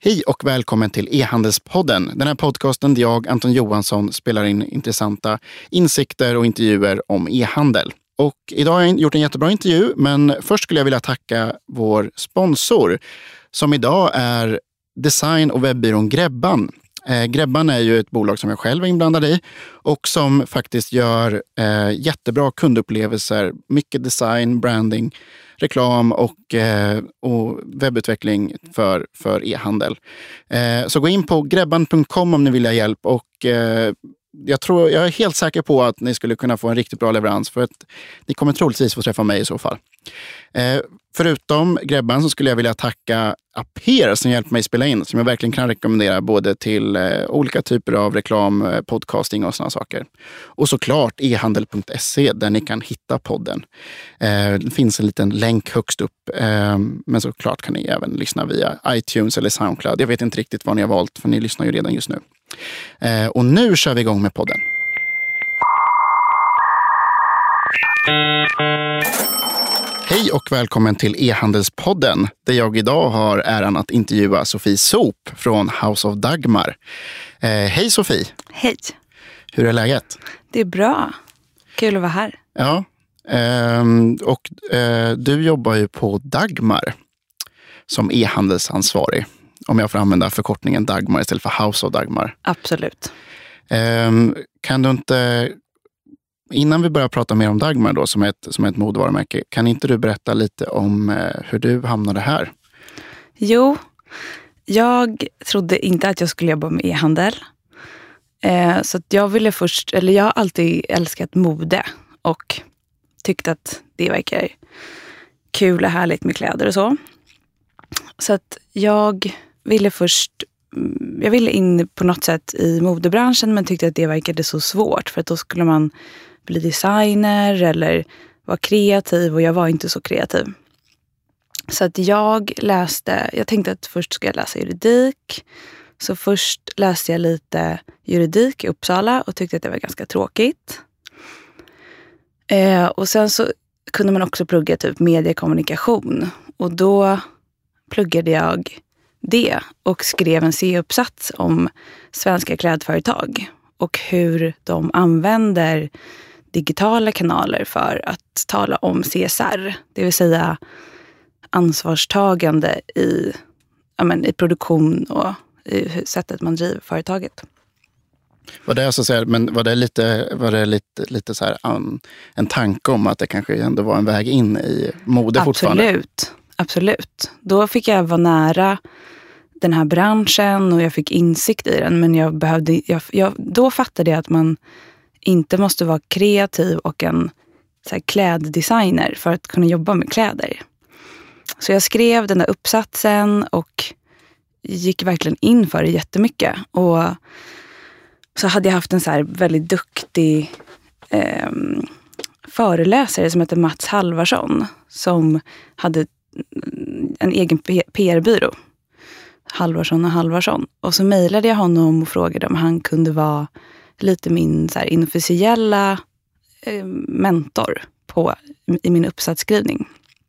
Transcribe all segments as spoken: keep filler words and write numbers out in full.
Hej och välkommen till e-handelspodden. Den här podcasten där jag, Anton Johansson, spelar in intressanta insikter och intervjuer om e-handel. Och idag har jag gjort en jättebra intervju, men först skulle jag vilja tacka vår sponsor som idag är design- och webbyrån Grebban. Eh, Grebban är ju ett bolag som jag själv är inblandad i och som faktiskt gör eh, jättebra kundupplevelser, mycket design, branding, reklam och, eh, och webbutveckling för, för e-handel. Eh, så gå in på grebban punkt com om ni vill ha hjälp och eh, jag, tror, jag är helt säker på att ni skulle kunna få en riktigt bra leverans för att ni kommer troligtvis få träffa mig i så fall. Eh, förutom Grebban så skulle jag vilja tacka Appear som hjälper mig spela in, som jag verkligen kan rekommendera både till eh, olika typer av reklam, eh, podcasting och sådana saker. Och såklart e handel punkt se där ni kan hitta podden. Eh, det finns en liten länk högst upp, eh, men såklart kan ni även lyssna via iTunes eller SoundCloud. Jag vet inte riktigt vad ni har valt för ni lyssnar ju redan just nu. Eh, och nu kör vi igång med podden. Hej och välkommen till e-handelspodden där jag idag har äran att intervjua Sofie Sop från House of Dagmar. Eh, hej Sofie! Hej! Hur är läget? Det är bra. Kul att vara här. Ja, eh, och eh, du jobbar ju på Dagmar som e-handelsansvarig. Om jag får använda förkortningen Dagmar istället för House of Dagmar. Absolut. Eh, kan du inte... Innan vi börjar prata mer om Dagmar då, som är ett, som är ett modevarumärke, kan inte du berätta lite om eh, hur du hamnade här? Jo, jag trodde inte att jag skulle jobba med e-handel. Eh, så att jag ville först, eller jag har alltid älskat mode och tyckt att det verkar kul och härligt med kläder och så. Så att jag ville först, jag ville in på något sätt i modebranschen men tyckte att det verkade så svårt för att då skulle man bli designer eller vara kreativ och jag var inte så kreativ. Så att jag läste, jag tänkte att först ska jag läsa juridik. Så först läste jag lite juridik i Uppsala och tyckte att det var ganska tråkigt. Eh, och sen så kunde man också plugga typ mediekommunikation och då pluggade jag det och skrev en C-uppsats om svenska klädföretag och hur de använder digitala kanaler för att tala om C S R, det vill säga ansvarstagande i, ja men, i produktion och i sättet man driver företaget. Var det, alltså så här, men var det lite, var det lite, lite så här, um, en tanke om att det kanske ändå var en väg in i mode fortfarande? Absolut, absolut. Då fick jag vara nära den här branschen och jag fick insikt i den, men jag behövde, jag, jag, då fattade jag att man inte måste vara kreativ och en så här, kläddesigner för att kunna jobba med kläder. Så jag skrev den där uppsatsen och gick verkligen in för det jättemycket. Och så hade jag haft en så här väldigt duktig eh, föreläsare som heter Mats Halvarsson som hade en egen P R-byrå. Halvarsson och Halvarsson. Och så mejlade jag honom och frågade om han kunde vara lite min så här, inofficiella eh, mentor på, i min uppsatsskrivning.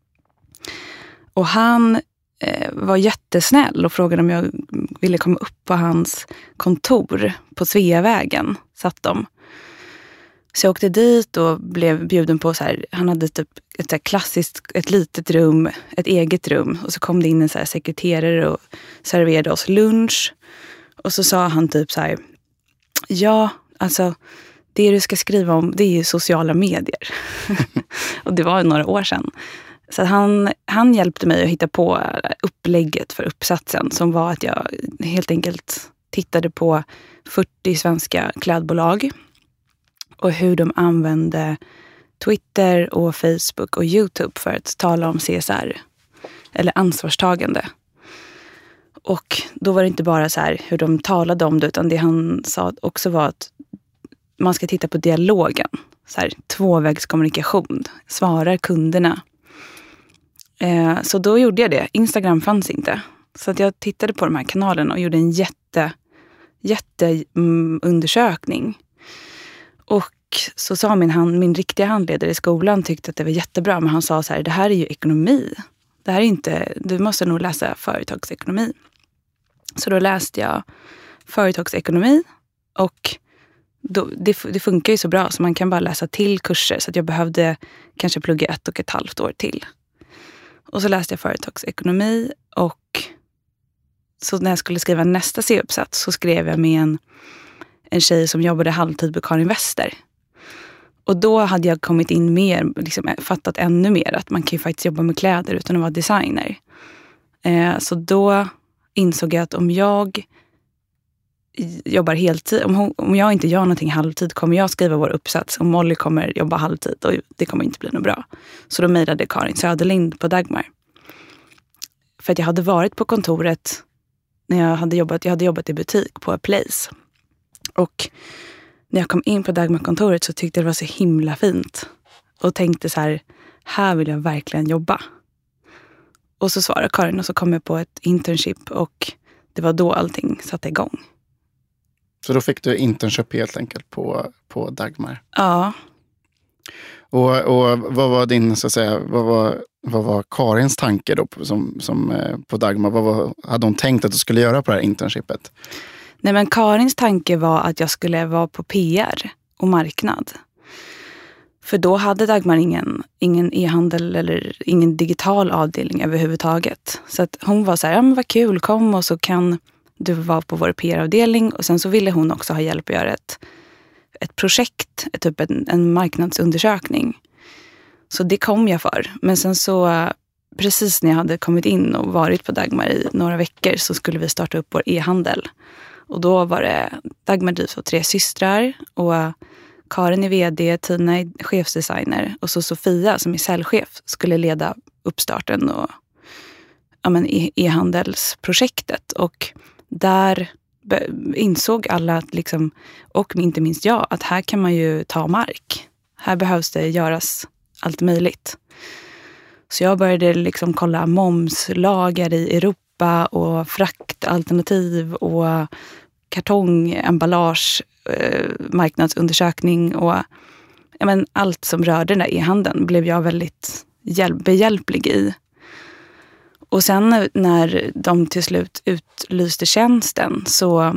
Och han eh, var jättesnäll och frågade om jag ville komma upp på hans kontor på Sveavägen. Satt de. Så jag åkte dit och blev bjuden på så här, han hade typ ett så här klassiskt, ett litet rum, ett eget rum. Och så kom det in en så här sekreterare och serverade oss lunch. Och så sa han typ så här, ja, alltså det du ska skriva om det är ju sociala medier. Och det var några år sedan. Så han, han hjälpte mig att hitta på upplägget för uppsatsen som var att jag helt enkelt tittade på fyrtio svenska klädbolag. Och hur de använde Twitter och Facebook och YouTube för att tala om C S R. Eller ansvarstagande. Och då var det inte bara så här hur de talade om det. Utan det han sa också var att man ska titta på dialogen. Så här, tvåvägskommunikation. Svarar kunderna. Eh, så då gjorde jag det. Instagram fanns inte. Så att jag tittade på de här kanalerna och gjorde en jätte, jätte mm, undersökning. Och så sa min, hand, min riktiga handledare i skolan tyckte att det var jättebra. Men han sa så här, det här är ju ekonomi. Det här är inte, du måste nog läsa företagsekonomi. Så då läste jag företagsekonomi och då, det, det funkar ju så bra så man kan bara läsa till kurser, så att jag behövde kanske plugga ett och ett halvt år till. Och så läste jag företagsekonomi och så när jag skulle skriva nästa C-uppsats så skrev jag med en, en tjej som jobbade halvtid på Karin Wester. Och då hade jag kommit in mer, liksom, fattat ännu mer att man kan ju faktiskt jobba med kläder utan att vara designer. Eh, så då insåg jag att om jag jobbar heltid, om, hon, om jag inte gör någonting halvtid kommer jag skriva vår uppsats och Molly kommer jobba halvtid och det kommer inte bli något bra. Så då mejlade Karin Söderlind på Dagmar. För att jag hade varit på kontoret när jag hade jobbat, jag hade jobbat i butik på A Place. Och när jag kom in på Dagmarkontoret så tyckte jag det var så himla fint. Och tänkte så här, här vill jag verkligen jobba. Och så svarade Karin och så kom jag på ett internship och det var då allting satte igång. Så då fick du internship helt enkelt på, på Dagmar? Ja. Och, och vad var din, så att säga, vad var, vad var Karins tanke då som, som, eh, på Dagmar? Vad var, hade hon tänkt att du skulle göra på det här internshipet? Nej, men Karins tanke var att jag skulle vara på P R och marknad. För då hade Dagmar ingen, ingen e-handel eller ingen digital avdelning överhuvudtaget. Så att hon var så här, ja men vad kul, kom och så kan du vara på vår P R-avdelning. Och sen så ville hon också ha hjälp att göra ett, ett projekt, ett, typ en, en marknadsundersökning. Så det kom jag för. Men sen så, precis när jag hade kommit in och varit på Dagmar i några veckor så skulle vi starta upp vår e-handel. Och då var det Dagmar drivs av tre systrar och Karin är vd, Tina är chefsdesigner och så Sofia som är säljchef skulle leda uppstarten och ja, men, e-handelsprojektet. Och där insåg alla, att liksom, och inte minst jag, att här kan man ju ta mark. Här behövs det göras allt möjligt. Så jag började liksom kolla momslagar i Europa och fraktalternativ och kartong, emballage, eh, marknadsundersökning och ja, men allt som rörde den där e-handeln blev jag väldigt hjälp, behjälplig i. Och sen när de till slut utlyste tjänsten så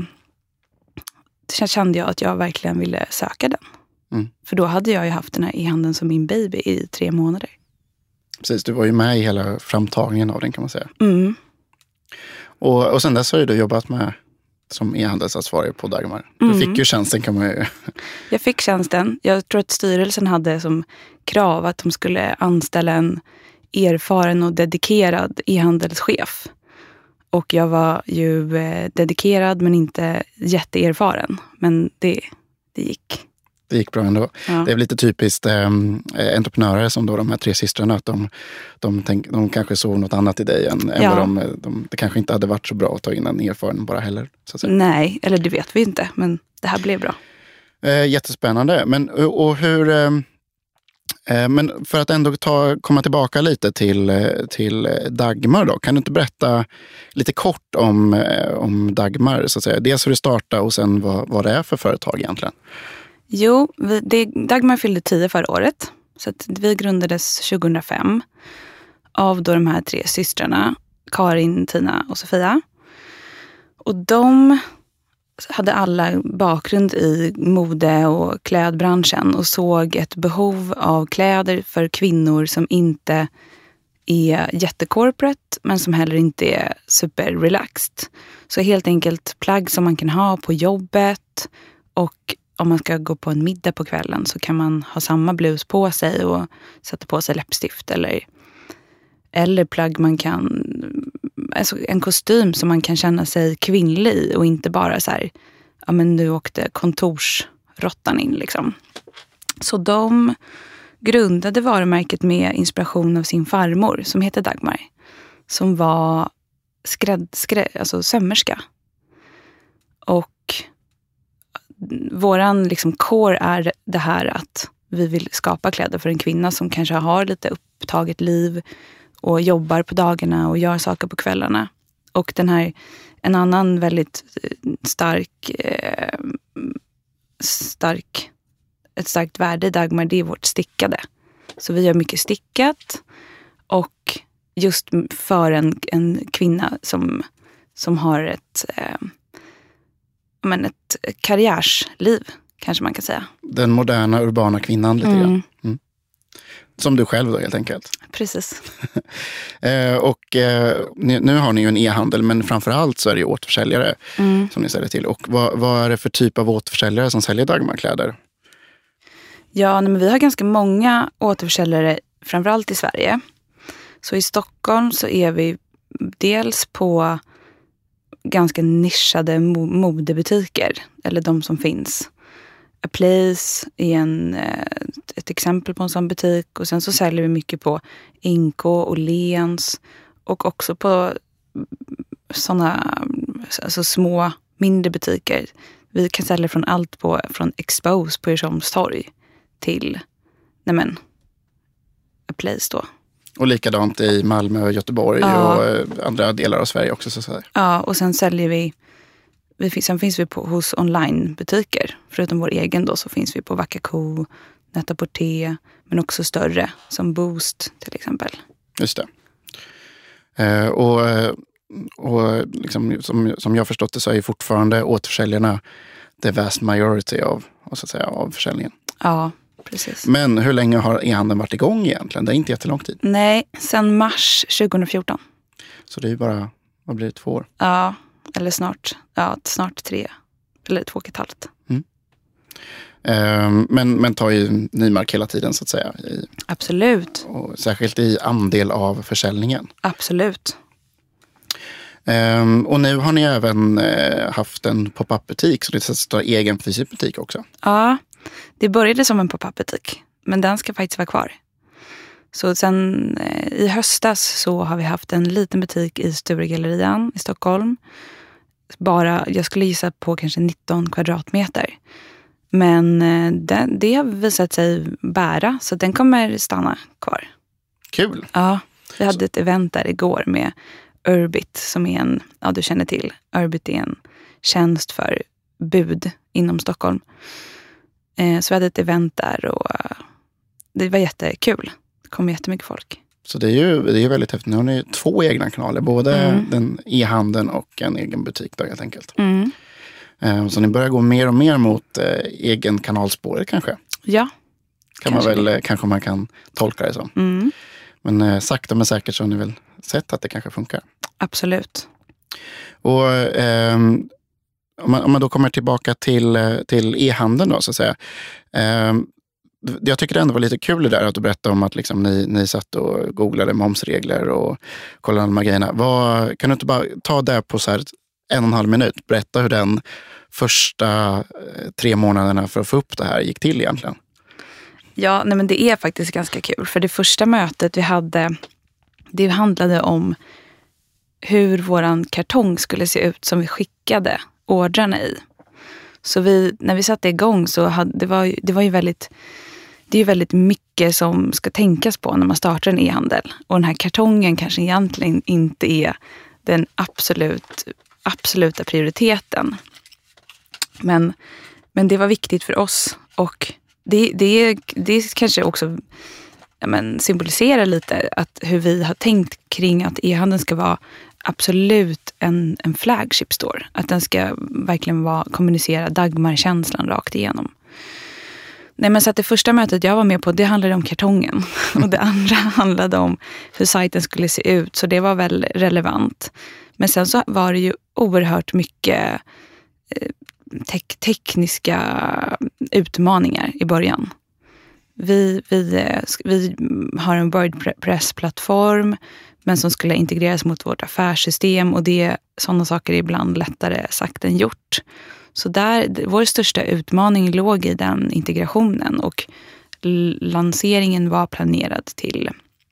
kände jag att jag verkligen ville söka den. Mm. För då hade jag ju haft den här e-handeln som min baby i tre månader. Precis, du var ju med i hela framtagningen av den kan man säga. Mm. Och, och sen dess har ju du jobbat med som e-handelsansvarig på Dagmar. Du mm. fick ju tjänsten kan man ju... Jag fick tjänsten. Jag tror att styrelsen hade som krav att de skulle anställa en erfaren och dedikerad e-handelschef. Och jag var ju eh, dedikerad men inte jätteerfaren. Men det, det gick. Det gick bra ändå. Ja. Det är lite typiskt eh, entreprenörer som då de här tre systrarna, att de, de, tänk, de kanske såg något annat i dig än, ja. än vad de, de... Det kanske inte hade varit så bra att ta in en erfaren bara heller. Så att säga. Nej, eller det vet vi inte. Men det här blev bra. Eh, jättespännande. Men, och hur... Eh, men för att ändå ta, komma tillbaka lite till, till Dagmar då. Kan du inte berätta lite kort om, om Dagmar så att säga? Dels hur det startade och sen vad, vad det är för företag egentligen. Jo, vi, det, Dagmar fyllde tio förra året. Så att vi grundades tjugohundrafem av då de här tre systrarna. Karin, Tina och Sofia. Och de hade alla bakgrund i mode- och klädbranschen och såg ett behov av kläder för kvinnor som inte är jättecorporate men som heller inte är superrelaxed. Så helt enkelt plagg som man kan ha på jobbet, och om man ska gå på en middag på kvällen så kan man ha samma blus på sig och sätta på sig läppstift, eller, eller plagg man kan, alltså en kostym som man kan känna sig kvinnlig i och inte bara så här, ja men nu åkte kontorsrottan in liksom. Så de grundade varumärket med inspiration av sin farmor som heter Dagmar, som var skrädd, skrädd, alltså sömmerska. Och våran liksom core är det här att vi vill skapa kläder för en kvinna som kanske har lite upptaget liv och jobbar på dagarna och gör saker på kvällarna. Och den här, en annan väldigt stark, eh, stark ett starkt värde i Dagmar, det är vårt stickade. Så vi gör mycket stickat, och just för en, en kvinna som, som har ett, eh, men ett karriärsliv, kanske man kan säga. Den moderna urbana kvinnan lite Mm. grann. Mm. Som du själv då helt enkelt. Precis. eh, och eh, nu har ni ju en e-handel, men framförallt så är det ju återförsäljare Mm. som ni säljer till. Och vad, vad är det för typ av återförsäljare som säljer Dagmarkläder? Ja, men vi har ganska många återförsäljare, framförallt i Sverige. Så i Stockholm så är vi dels på ganska nischade mo- modebutiker, eller de som finns. A Place är en, ett exempel på en sån butik, och sen så säljer vi mycket på Inko och Lens och också på såna, alltså små, mindre butiker. Vi kan sälja från allt på, från Expose på Djursholms torg till, nej men, A Place då. Och likadant i Malmö och Göteborg Ja. och eh, andra delar av Sverige också. Så att säga. Ja, och sen säljer vi, vi finns, sen finns vi på, hos onlinebutiker. Förutom vår egen då så finns vi på Vacca-Co, Net-a-Porter, men också större som Boost till exempel. Just det. Eh, och och liksom, som, som jag förstått det så är ju fortfarande återförsäljarna the vast majority av, så att säga, av försäljningen. Ja, precis. Men hur länge har e-handeln varit igång egentligen? Det är inte jättelång tid. Nej, sen mars tjugohundrafjorton. Så det är ju bara, vad blir det, två år? Ja, eller snart, ja, snart tre, eller två och ett halvt. Mm. Eh, men, men tar ju Nymark hela tiden så att säga. I, Absolut. och särskilt i andel av försäljningen. Absolut. Um, och nu har ni även uh, haft en pop-up-butik, så det är en egen fysisk butik också. Ja, det började som en pop-up-butik, men den ska faktiskt vara kvar. Så sen eh, i höstas så har vi haft en liten butik i Sturegallerian i Stockholm. Bara, jag skulle gissa på kanske nitton kvadratmeter. Men eh, det, det har visat sig bära, så den kommer stanna kvar. Kul! Ja, vi hade ett event där igår med Urbit som är en, ja du känner till, Urbit är en tjänst för bud inom Stockholm. Eh, så vi hade ett event där och uh, det var jättekul. Det kom jättemycket folk. Så det är ju det är väldigt häftigt. Nu har ni två egna kanaler, både Mm. den e-handeln och en egen butik då helt enkelt. Mm. Eh, så ni börjar gå mer och mer mot eh, egen kanalspåret kanske. Ja. Kan man väl, eh, kanske man kan tolka det som. Mm. Men eh, sakta men säkert så har ni väl sett att det kanske funkar. Absolut. Och eh, om, man, om man då kommer tillbaka till, till e-handeln då så att säga. Eh, jag tycker det ändå var lite kul det där att du berättade om att liksom ni, ni satt och googlade momsregler och kollade alla de här grejerna. Vad, kan du inte bara ta det på så här en och en halv minut? Berätta hur den första eh, tre månaderna för att få upp det här gick till egentligen. Ja, nej men det är faktiskt ganska kul. För det första mötet vi hade, det handlade om hur våran kartong skulle se ut som vi skickade ordrarna i. Så vi, när vi satte igång så hade, det, var, det var ju väldigt, det är ju väldigt mycket som ska tänkas på när man startar en e-handel. Och den här kartongen kanske egentligen inte är den absolut, absoluta prioriteten. Men, men det var viktigt för oss. Och det, det, det kanske också ja men, symboliserar lite att hur vi har tänkt kring att e-handeln ska vara absolut en, en flagship store. Att den ska verkligen vara, kommunicera Dagmar-känslan rakt igenom. Nej, men så att det första mötet jag var med på, det handlade om kartongen. Och det andra handlade om hur sajten skulle se ut. Så det var väl relevant. Men sen så var det ju oerhört mycket eh, te- tekniska utmaningar i början. Vi, vi, vi har en WordPress-plattform men som skulle integreras mot vårt affärssystem, och det, sådana saker är ibland lättare sagt än gjort. Så där, vår största utmaning låg i den integrationen, och lanseringen var planerad till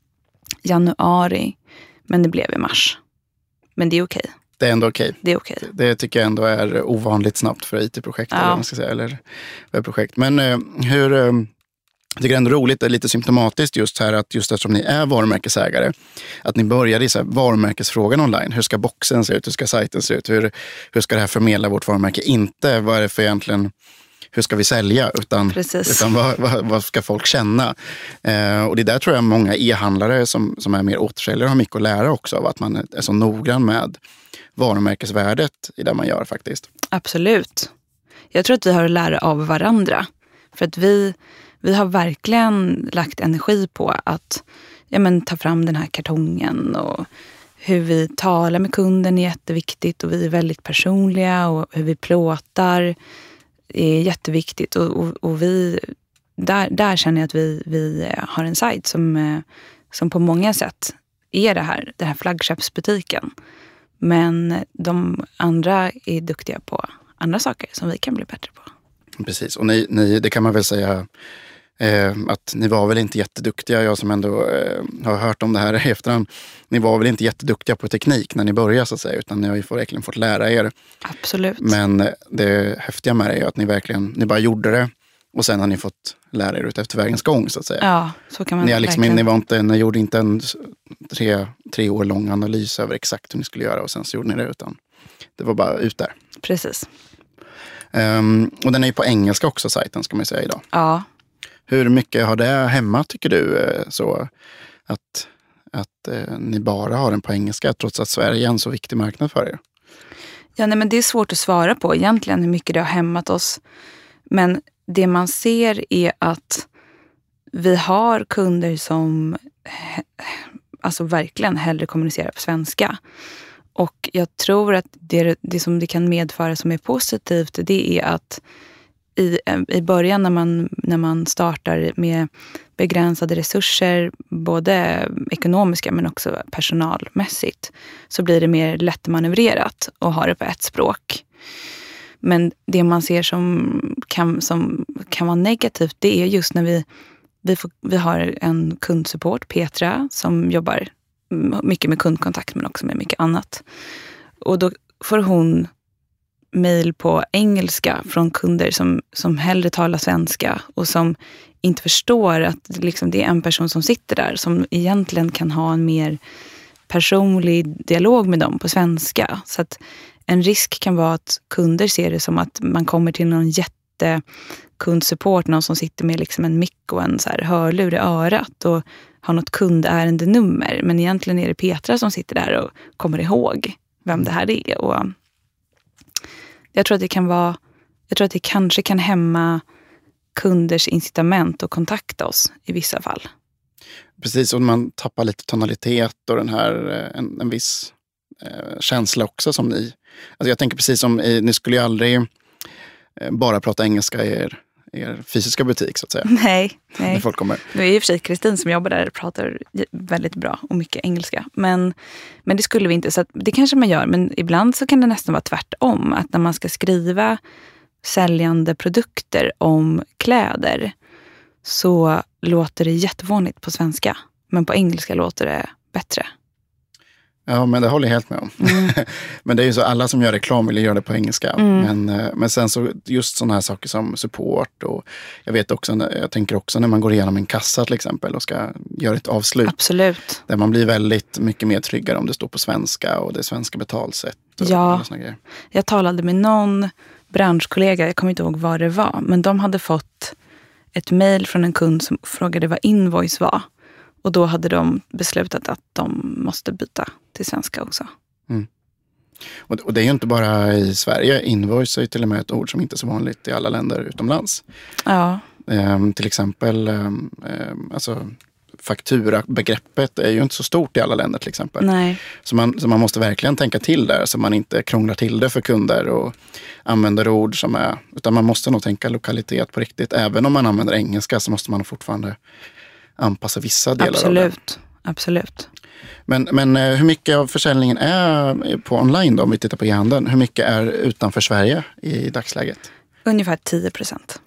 januari, men det blev i mars. Men det är okej. Det är ändå okej. Det är okej. Det tycker jag ändå är ovanligt snabbt för I T-projekt Ja. eller vad man ska säga, eller webbprojekt. Men eh, hur eh, jag tycker det är ändå roligt, det är lite symptomatiskt just här att just eftersom ni är varumärkesägare, att ni började i så här varumärkesfrågan online. Hur ska boxen se ut? Hur ska sajten se ut? Hur, hur ska det här förmedla vårt varumärke? Inte vad är det för egentligen, hur ska vi sälja? Utan, utan vad, vad, vad ska folk känna? Eh, och det där tror jag många e-handlare som, som är mer återsäljare har mycket att lära också av, att man är så noggrann med varumärkesvärdet i det man gör faktiskt. Absolut. Jag tror att vi har att lära av varandra. För att vi, vi har verkligen lagt energi på att ja, men, ta fram den här kartongen. Och hur vi talar med kunden är jätteviktigt. Och vi är väldigt personliga. Och hur vi plåtar är jätteviktigt. Och, och, och vi, där, där känner jag att vi, vi har en sajt som, som på många sätt är det här, det här flaggskeppsbutiken. Men de andra är duktiga på andra saker som vi kan bli bättre på. Precis, och ni, ni det kan man väl säga eh, att ni var väl inte jätteduktiga, jag som ändå eh, har hört om det här i efterhand, ni var väl inte jätteduktiga på teknik när ni började så att säga, utan ni har ju verkligen fått lära er. Absolut. Men det häftiga med det är ju att ni verkligen, ni bara gjorde det och sen har ni fått lära er ut efter vägens gång så att säga. Ja, så kan man ni, har liksom, verkligen. Ni, var inte, ni gjorde inte en tre, tre år lång analys över exakt hur ni skulle göra och sen så gjorde ni det, utan det var bara ut där. Precis. Um, och den är ju på engelska också, sajten ska man säga idag. Ja. Hur mycket har det hemma tycker du så att, att eh, ni bara har den på engelska trots att Sverige är en så viktig marknad för er? Ja, nej, men det är svårt att svara på egentligen hur mycket det har hämmat oss. Men det man ser är att vi har kunder som alltså verkligen hellre kommunicerar på svenska. Och jag tror att det, det som det kan medföra som är positivt, det är att i, i början när man, när man startar med begränsade resurser, både ekonomiska men också personalmässigt, så blir det mer lättmanövrerat och ha det på ett språk. Men det man ser som kan, som kan vara negativt, det är just när vi, vi, får, vi har en kundsupport, Petra, som jobbar mycket med kundkontakt men också med mycket annat. Och då får hon mejl på engelska från kunder som, som hellre talar svenska och som inte förstår att liksom det är en person som sitter där som egentligen kan ha en mer personlig dialog med dem på svenska. Så att en risk kan vara att kunder ser det som att man kommer till någon jättekundsupport, någon som sitter med liksom en mick och en så här hörlur i örat och har något kundärendenummer. Men egentligen är det Petra som sitter där och kommer ihåg vem det här är. Och jag tror att det kan vara, jag tror att det kanske kan hämma kunders incitament att kontakta oss i vissa fall. Precis, och man tappar lite tonalitet och den här en, en viss eh, känsla också som ni. Alltså jag tänker precis som i, ni skulle ju aldrig eh, bara prata engelska i er, er fysiska butik så att säga. Nej, nej. När folk kommer. Nu är ju för sig Kristin som jobbar där pratar väldigt bra och mycket engelska. Men, men det skulle vi inte, så att, det kanske man gör. Men ibland så kan det nästan vara tvärtom. Att när man ska skriva säljande produkter om kläder så låter det jättevånigt på svenska. Men på engelska låter det bättre. Ja, men det håller jag helt med om. Mm. Men det är ju så, alla som gör reklam vill göra det på engelska. Mm. Men, men sen så just sådana här saker som support och jag vet också, jag tänker också när man går igenom en kassa till exempel och ska göra ett avslut. Absolut. Där man blir väldigt mycket mer tryggare om det står på svenska och det är svenska betalsätt. Och ja, jag talade med någon branschkollega, jag kommer inte ihåg vad det var, men de hade fått ett mejl från en kund som frågade vad invoice var. Och då hade de beslutat att de måste byta till svenska också. Mm. Och, och det är ju inte bara i Sverige. Invoice är ju till och med ett ord som inte är så vanligt i alla länder utomlands. Ja. Ehm, till exempel ehm, alltså, faktura-begreppet är ju inte så stort i alla länder till exempel. Nej. Så man, så man måste verkligen tänka till där så man inte krånglar till det för kunder och använder ord som är... Utan man måste nog tänka lokalitet på riktigt. Även om man använder engelska så måste man fortfarande anpassa vissa delar absolut, av det. Absolut. Men, men hur mycket av försäljningen är på online då, om vi tittar på e-handeln? Hur mycket är utanför Sverige i dagsläget? Ungefär tio procent.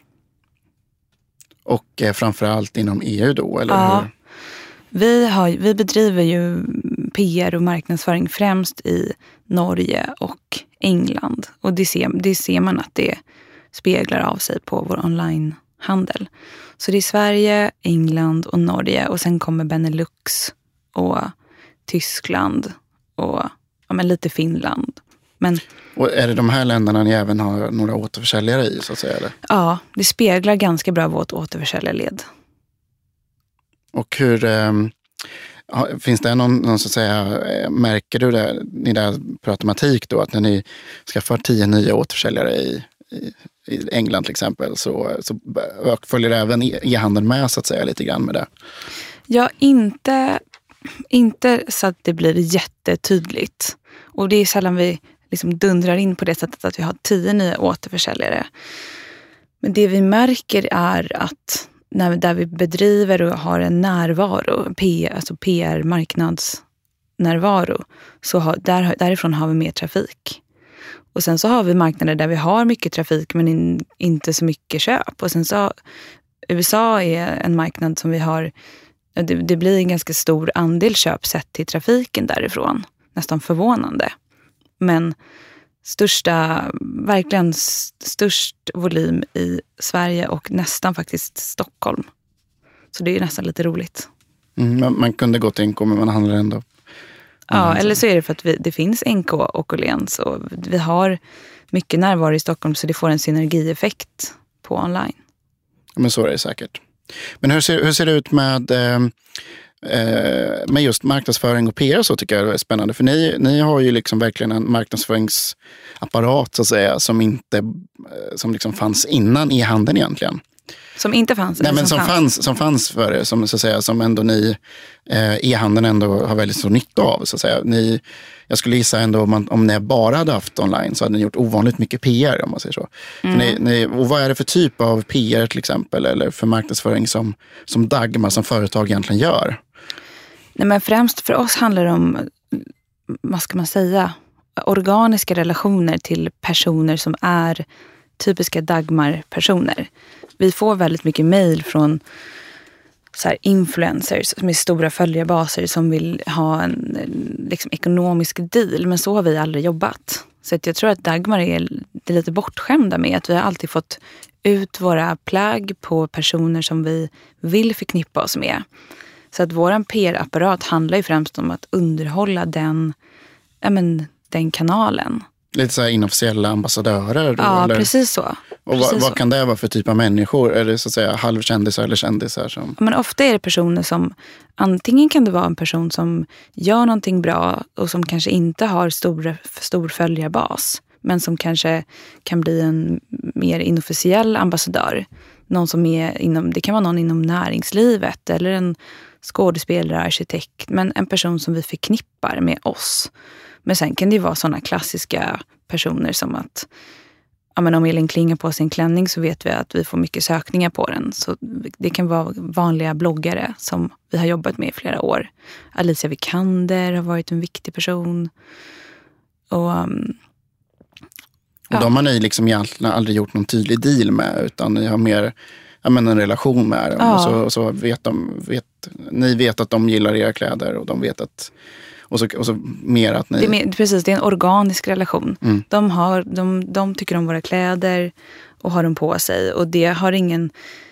Och framförallt inom E U då, eller ja, hur? Vi, har, vi bedriver ju P R och marknadsföring främst i Norge och England. Och det ser, det ser man att det speglar av sig på vår onlinehandel. Så det är Sverige, England och Norge. Och sen kommer Benelux och Tyskland och ja, men lite Finland. Men, och är det de här länderna ni även har några återförsäljare i så att säga? Eller? Ja, det speglar ganska bra vårt återförsäljarled. Och hur, Finns det någon, någon så att säga, märker du det, ni där per automatik då, att när ni skaffar tio nya återförsäljare i, i, i England till exempel, så, så följer även e-handeln med så att säga lite grann med det? Ja, inte, inte så att det blir jättetydligt. Och det är sällan vi liksom dundrar in på det sättet att vi har tio nya återförsäljare. Men det vi märker är att när, där vi bedriver och har en närvaro, P, alltså P R, marknadsnärvaro, så har, där, därifrån har vi mer trafik. Och sen så har vi marknader där vi har mycket trafik men in, inte så mycket köp. Och sen så U S A är en marknad som vi har, det, det blir en ganska stor andel köp sett till trafiken därifrån. Nästan förvånande. Men största, verkligen störst volym i Sverige och nästan faktiskt Stockholm. Så det är nästan lite roligt. Mm, man, man kunde gå till N K men man handlar ändå. Ja, eller så är det för att vi, det finns N K och Åhléns och vi har mycket närvaro i Stockholm så det får en synergieffekt på online. Ja, men så är det säkert. Men hur ser, hur ser det ut med, eh, med just marknadsföring och P R så tycker jag är spännande. För ni, ni har ju liksom verkligen en marknadsföringsapparat så att säga som inte som liksom fanns innan e-handeln egentligen. Som inte fanns? Nej, men som, som fanns. fanns som fanns för det, som så att säga, som ändå ni eh, e-handeln ändå har väldigt stor nytta av så att säga. Ni, jag skulle gissa ändå om, man, om ni bara hade haft online så hade ni gjort ovanligt mycket P R om man säger så. Mm. För ni, ni, och vad är det för typ av P R till exempel eller för marknadsföring som, som Dagmar som företag egentligen gör? Nej, men främst för oss handlar det om, vad ska man säga, organiska relationer till personer som är typiska Dagmar-personer. Vi får väldigt mycket mejl från så här influencers med stora följarbaser som vill ha en, en liksom, ekonomisk deal. Men så har vi aldrig jobbat. Så att jag tror att Dagmar är, är lite bortskämda med att vi har alltid fått ut våra plagg på personer som vi vill förknippa oss med. Så att våran P R-apparat handlar ju främst om att underhålla den, ja, men, den kanalen. Lite så här inofficiella ambassadörer då? Ja, eller? Precis så. Och precis vad, vad så. kan det vara för typ av människor? Är det så att säga halvkändisar eller kändisar? Som... Men ofta är det personer som, antingen kan det vara en person som gör någonting bra och som kanske inte har stor, stor följarbas. Men som kanske kan bli en mer inofficiell ambassadör. Någon som är inom, det kan vara någon inom näringslivet eller en skådespelare, arkitekt. Men en person som vi förknippar med oss. Men sen kan det ju vara sådana klassiska personer som att ja, men om Elin klingar på sin klänning så vet vi att vi får mycket sökningar på den. Så det kan vara vanliga bloggare som vi har jobbat med i flera år. Alicia Vikander har varit en viktig person. Och, um, och ja. De har ni liksom egentligen aldrig gjort någon tydlig deal med utan ni har mer ja, men en relation med dem. Ja. Och, så, och så vet de, vet, ni vet att de gillar era kläder och de vet att Och så, och så mer att ni... Det är mer, precis, det är en organisk relation. Mm. De, har, de, de tycker om våra kläder och har dem på sig. Och det har ingen...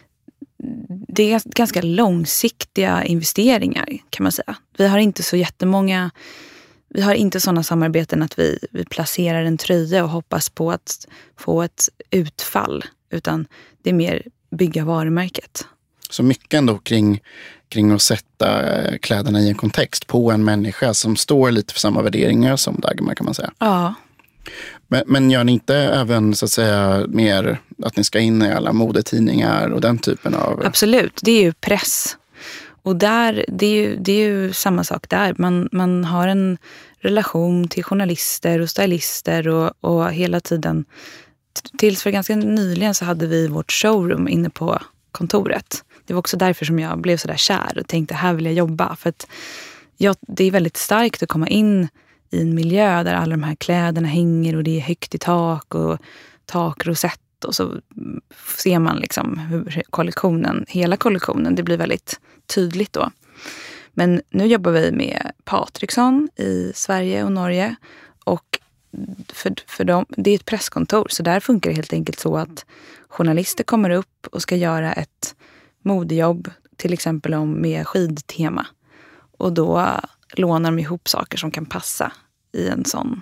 Det är ganska långsiktiga investeringar kan man säga. Vi har inte så jättemånga... Vi har inte sådana samarbeten att vi, vi placerar en tröja och hoppas på att få ett utfall. Utan det är mer bygga varumärket. Så mycket ändå kring, kring att sätta kläderna i en kontext på en människa som står lite för samma värderingar som Dagmar kan man säga. Ja. Men, men gör ni inte även så att säga mer att ni ska in i alla modetidningar och den typen av... Absolut, det är ju press. Och där, det är ju, det är ju samma sak där. Man, man har en relation till journalister och stylister och, och hela tiden... Tills för ganska nyligen så hade vi vårt showroom inne på kontoret. Det var också därför som jag blev så där kär och tänkte här vill jag jobba. För att jag, det är väldigt starkt att komma in i en miljö där alla de här kläderna hänger och det är högt i tak och takrosett. Och så ser man liksom hur kollektionen, hela kollektionen, det blir väldigt tydligt då. Men nu jobbar vi med Patriksson i Sverige och Norge. Och för, för dem, det är ett presskontor så där funkar det helt enkelt så att journalister kommer upp och ska göra ett modejobb, till exempel om med skidtema. Och då lånar de ihop saker som kan passa i en sån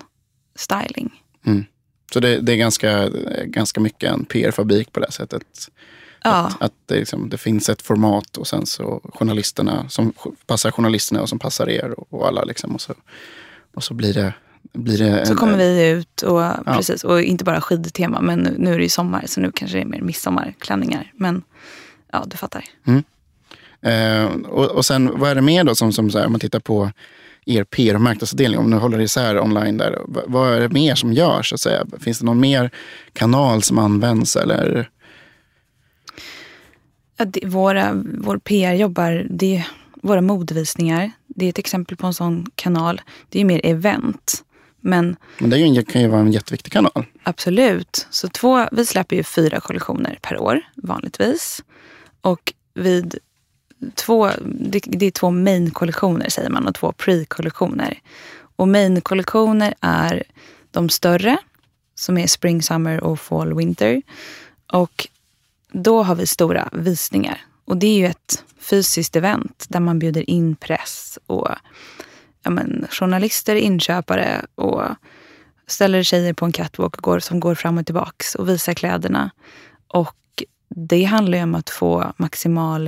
styling. Mm. Så det, det är ganska, ganska mycket en P R-fabrik på det sättet? Ja. Att, att det, liksom, det finns ett format och sen så journalisterna som passar journalisterna och som passar er och, och alla liksom. Och så, och så blir det... Blir det så en, kommer vi ut och, ja. precis, och inte bara skidtema, men nu, nu är det ju sommar så nu kanske det är mer midsommarklänningar. Men ja, du fattar. Mm. Eh, och, och sen, vad är det mer då som, som så här, om man tittar på er P R och marknadsavdelning, om ni håller isär online där, vad, vad är det mer som görs så att säga? Finns det någon mer kanal som används eller? Ja, det, våra, vår P R jobbar, det är våra modevisningar. Det är ett exempel på en sån kanal. Det är ju mer event. Men, Men det är ju en, kan ju vara en jätteviktig kanal. Absolut. Så två, vi släpper ju fyra kollektioner per år vanligtvis. Och vid två, det, det är två main-kollektioner säger man och två pre-kollektioner. Och main-kollektioner är de större som är spring, summer och fall, winter. Och då har vi stora visningar. Och det är ju ett fysiskt event där man bjuder in press och ja, men, journalister, inköpare och ställer tjejer på en catwalk går, som går fram och tillbaks och visar kläderna. Och det handlar ju om att få maximal,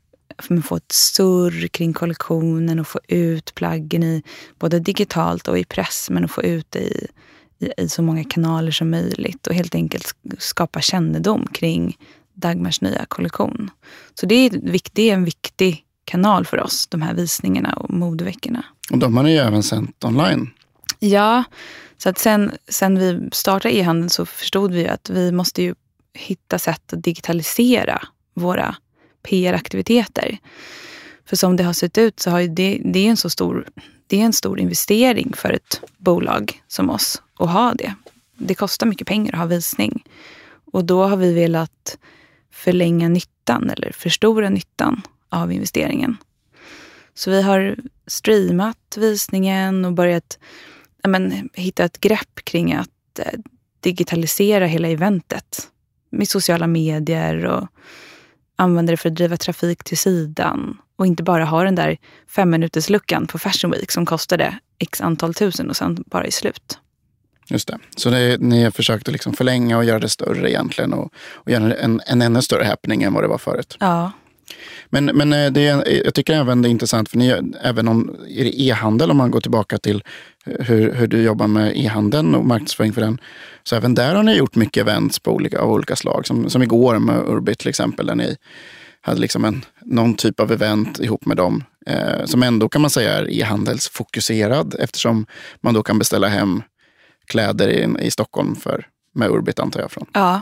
få ett surr kring kollektionen och få ut plaggen i både digitalt och i press, men att få ut det i, i, i så många kanaler som möjligt och helt enkelt skapa kännedom kring Dagmars nya kollektion. Så det är, det är en viktig kanal för oss, de här visningarna och modeveckorna. Och de har ni ju även sänt online. Ja, så att sen, sen vi startade e-handeln så förstod vi att vi måste ju hitta sätt att digitalisera våra P R-aktiviteter. För som det har sett ut så har ju det, det är en så stor, det är en stor investering för ett bolag som oss att ha det. Det kostar mycket pengar att ha visning. Och då har vi velat förlänga nyttan eller förstora nyttan av investeringen. Så vi har streamat visningen och börjat ja, men, hitta ett grepp kring att eh, digitalisera hela eventet med sociala medier och använda det för att driva trafik till sidan och inte bara ha den där fem minuters luckan på Fashion Week som kostade x antal tusen och sen bara är slut. Just det. Så det, ni har försökt att liksom förlänga och göra det större egentligen och, och göra en, en ännu större happening än vad det var förut. Ja. Men, men det, jag tycker även det är intressant för ni, även om e-handel, om man går tillbaka till hur, hur du jobbar med e-handeln och marknadsföring för den, så även där har ni gjort mycket events på olika, av olika slag. Som, som igår med Urbit till exempel, där ni hade liksom en, någon typ av event ihop med dem eh, som ändå kan man säga är e-handelsfokuserad eftersom man då kan beställa hem kläder i, i Stockholm för, med Urbit antar jag från. Ja.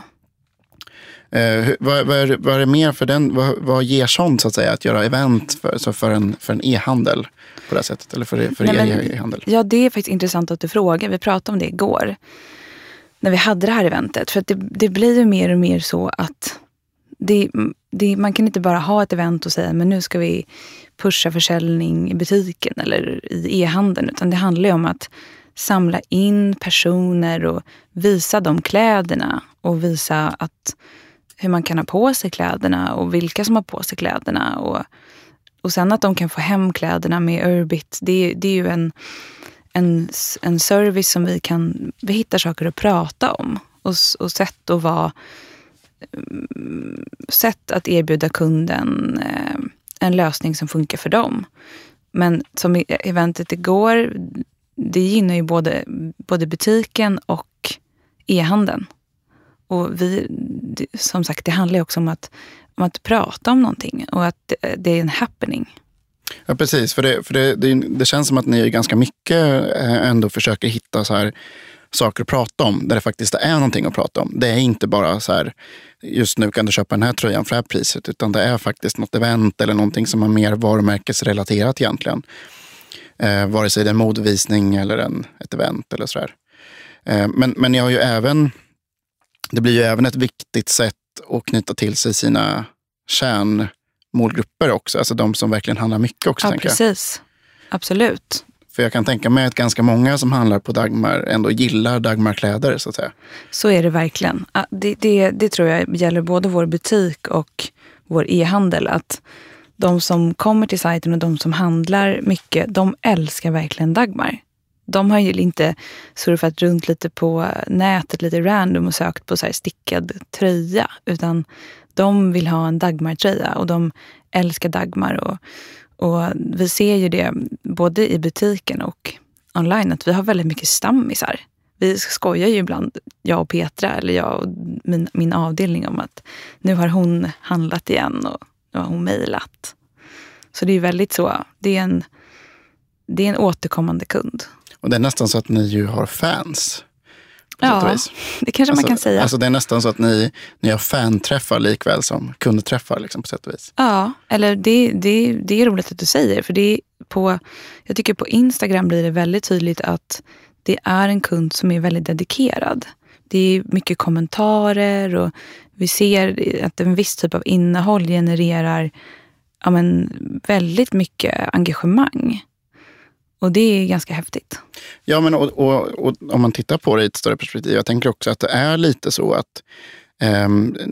Eh, vad, vad, är, vad är det mer för den, vad, vad ger sånt så att säga att göra event för, så för, en, för en e-handel på det sättet eller för, för Nej, er men, e-handel? Ja, det är faktiskt intressant att du frågar. Vi pratade om det igår när vi hade det här eventet. För att det, det blir ju mer och mer så att det, det, man kan inte bara ha ett event och säga men nu ska vi pusha försäljning i butiken eller i e-handeln, utan det handlar ju om att samla in personer och visa de kläderna och visa att hur man kan ha på sig kläderna och vilka som har på sig kläderna och, och sen att de kan få hem kläderna med Urbit. Det, det är ju en, en, en service som vi kan, vi hittar saker att prata om och, och sätt att vara sätt att erbjuda kunden eh, en lösning som funkar för dem. Men som i eventet igår, det gynnar ju både, både butiken och e-handeln. Och vi, som sagt, det handlar ju också om att, om att prata om någonting och att det är en happening. Ja, precis. För, det, för det, det, det känns som att ni ganska mycket ändå försöker hitta så här saker att prata om där det faktiskt är någonting att prata om. Det är inte bara så här, just nu kan du köpa den här tröjan för det här priset, utan det är faktiskt något event eller någonting som är mer varumärkesrelaterat egentligen. Eh, vare sig det är en modevisning eller en, ett event eller sådär. Eh, men, men jag har ju även, det blir ju även ett viktigt sätt att knyta till sig sina kärnmålgrupper också. Alltså de som verkligen handlar mycket också. Ja, tänker jag. precis. Absolut. För jag kan tänka mig att ganska många som handlar på Dagmar ändå gillar Dagmarkläder så att säga. Så är det verkligen. Det, det, det tror jag gäller både vår butik och vår e-handel. Att de som kommer till sajten och de som handlar mycket, de älskar verkligen Dagmar. De har ju inte surfat runt lite på nätet lite random och sökt på så här stickad tröja. Utan de vill ha en Dagmar-tröja och de älskar Dagmar. Och, och vi ser ju det både i butiken och online att vi har väldigt mycket stammisar. Vi skojar ju ibland, jag och Petra eller jag och min, min avdelning om att nu har hon handlat igen och nu har hon mejlat. Så det är väldigt så, det är en, det är en återkommande kund. Och det är nästan så att ni ju har fans. Ja, det kanske alltså, man kan säga. Alltså det är nästan så att ni, ni har fanträffar likväl som kundträffar liksom, på sätt och vis. Ja, eller det, det, det är roligt att du säger. För det är på, jag tycker på Instagram blir det väldigt tydligt att det är en kund som är väldigt dedikerad. Det är mycket kommentarer och vi ser att en viss typ av innehåll genererar ja, men, väldigt mycket engagemang. Och det är ganska häftigt. Ja, men och, och, och om man tittar på det i ett större perspektiv. Jag tänker också att det är lite så att eh,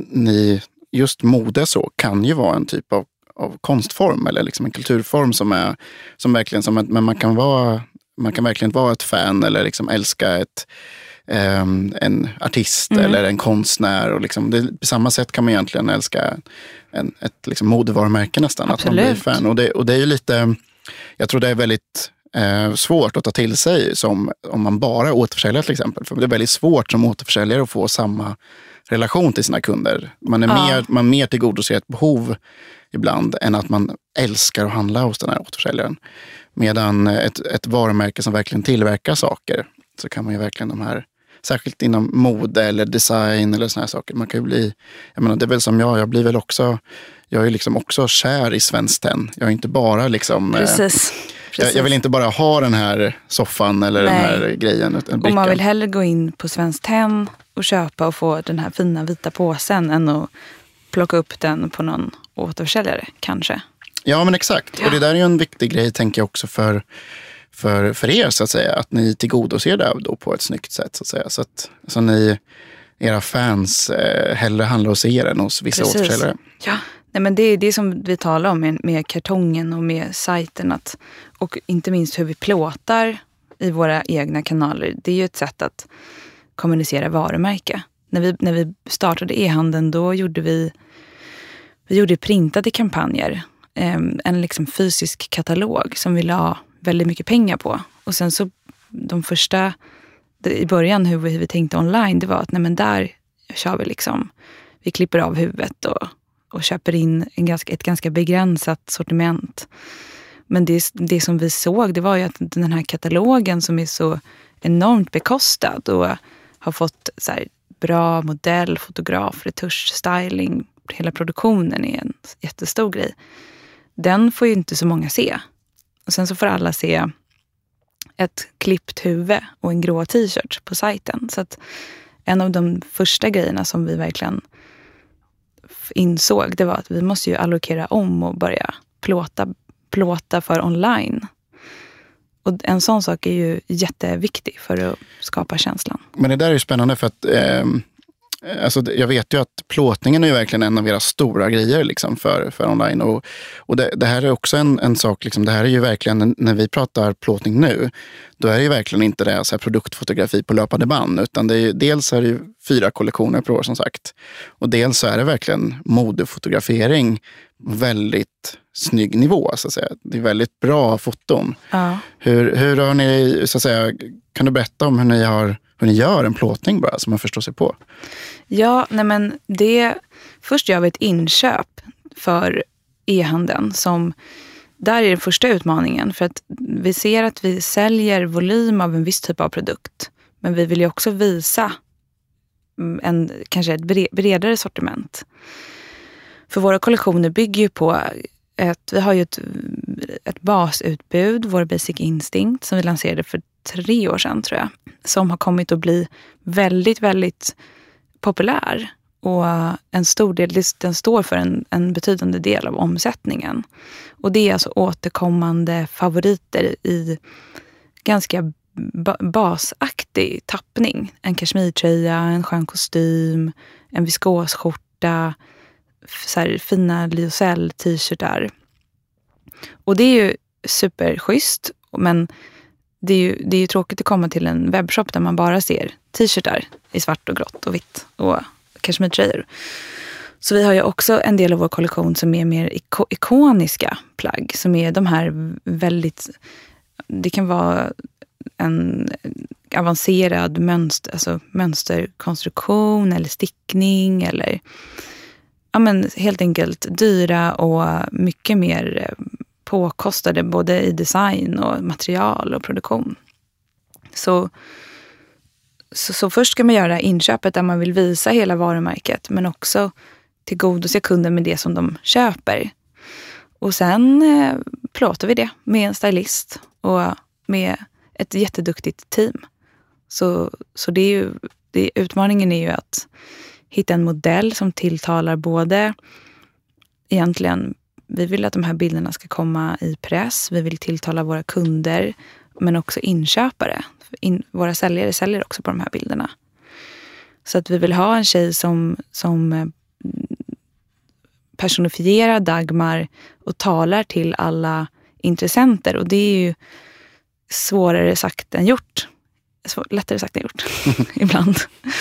ni, just mode så kan ju vara en typ av, av konstform eller liksom en kulturform som är som verkligen som att, men man kan vara man kan verkligen vara ett fan eller liksom älska ett eh, en artist mm. eller en konstnär och liksom det, på samma sätt kan man egentligen älska en, ett liksom modevarumärke nästan. Absolut. Att man blir fan och det, och det är ju lite, jag tror det är väldigt Eh, svårt att ta till sig som om man bara är återförsäljare till exempel. För det är väldigt svårt som återförsäljare att få samma relation till sina kunder. Man är ja. mer, man mer tillgodoser ett behov ibland än att man älskar att handla hos den här återförsäljaren. Medan ett, ett varumärke som verkligen tillverkar saker så kan man ju verkligen de här, särskilt inom mode eller design eller såna här saker. Man kan ju bli, jag menar det är väl som jag, jag blir väl också, jag är liksom också kär i Svenskt Tenn. Jag är inte bara liksom... Precis. Jag, jag vill inte bara ha den här soffan eller Nej. den här grejen. Utan och man vill hellre gå in på Svenskt Tenn och köpa och få den här fina vita påsen än att plocka upp den på någon återförsäljare, kanske. Ja, men exakt. Ja. Och det där är ju en viktig grej, tänker jag också för, för, för er, så att säga. Att ni tillgodoser det då på ett snyggt sätt, så att säga. Så att så ni, era fans eh, hellre handlar hos er än hos vissa Precis. återförsäljare. Ja. Nej, men det är det som vi talar om med, med kartongen och med sajten. Att, och inte minst hur vi plåtar i våra egna kanaler. Det är ju ett sätt att kommunicera varumärke. När vi, när vi startade e-handeln då gjorde vi, vi gjorde printade kampanjer. Eh, en liksom fysisk katalog som vi la väldigt mycket pengar på. Och sen så de första, i början hur vi, hur vi tänkte online, det var att nej men där kör vi liksom, vi klipper av huvudet och och köper in en ganska, ett ganska begränsat sortiment. Men det, det som vi såg, det var ju att den här katalogen som är så enormt bekostad och har fått så här bra modell, fotograf, retusch, styling, hela produktionen är en jättestor grej. Den får ju inte så många se. Och sen så får alla se ett klippt huvud och en grå t-shirt på sajten. Så att en av de första grejerna som vi verkligen insåg, det var att vi måste ju allokera om och börja plåta, plåta för online. Och en sån sak är ju jätteviktig för att skapa känslan. Men det där är ju spännande för att eh, alltså, jag vet ju att plåtningen är ju verkligen en av era stora grejer liksom, för, för online. Och, och det, det här är också en, en sak, liksom, det här är ju verkligen, när vi pratar plåtning nu, då är det ju verkligen inte det så här produktfotografi på löpande band, utan det är ju, dels är det ju fyra kollektioner per år som sagt. Och dels så är det verkligen modefotografering väldigt snygg nivå, så att säga. Det är väldigt bra foton. Ja. Hur, hur har ni, så att säga, kan du berätta om hur ni, har, hur ni gör en plåtning bara, så man förstår sig på? Ja, nej men det, först gör vi ett inköp för e-handeln som, där är den första utmaningen, för att vi ser att vi säljer volym av en viss typ av produkt, men vi vill ju också visa en, kanske ett bredare sortiment. För våra kollektioner bygger ju på ett, vi har ju ett, ett basutbud, vår Basic Instinct, som vi lanserade för tre år sedan tror jag, som har kommit att bli väldigt, väldigt populär. Och en stor del, den står för en, en betydande del av omsättningen. Och det är alltså återkommande favoriter i ganska basaktig tappning. En kashmirtröja, en skön kostym, en viskosskjorta, så här fina lyocell t-shirtar. Och det är ju superschysst, men det är ju, det är ju tråkigt att komma till en webbshop där man bara ser t-shirtar i svart och grått och vitt och kashmirtröjor. Så vi har ju också en del av vår kollektion som är mer iko- ikoniska plagg. Som är de här väldigt... Det kan vara en avancerad mönster, alltså mönsterkonstruktion eller stickning. Eller ja, men helt enkelt dyra och mycket mer påkostade både i design och material och produktion. Så, så, så först ska man göra inköpet där man vill visa hela varumärket men också tillgodose kunden med det som de köper. Och sen eh, plåtar vi det med en stylist och med ett jätteduktigt team. Så, så det är ju, det, utmaningen är ju att hitta en modell som tilltalar både egentligen, vi vill att de här bilderna ska komma i press, vi vill tilltala våra kunder men också inköpare. In, våra säljare säljer också på de här bilderna. Så att vi vill ha en tjej som, som personifierar Dagmar och talar till alla intressenter. Och det är ju svårare sagt än gjort. Svår, lättare sagt än gjort ibland.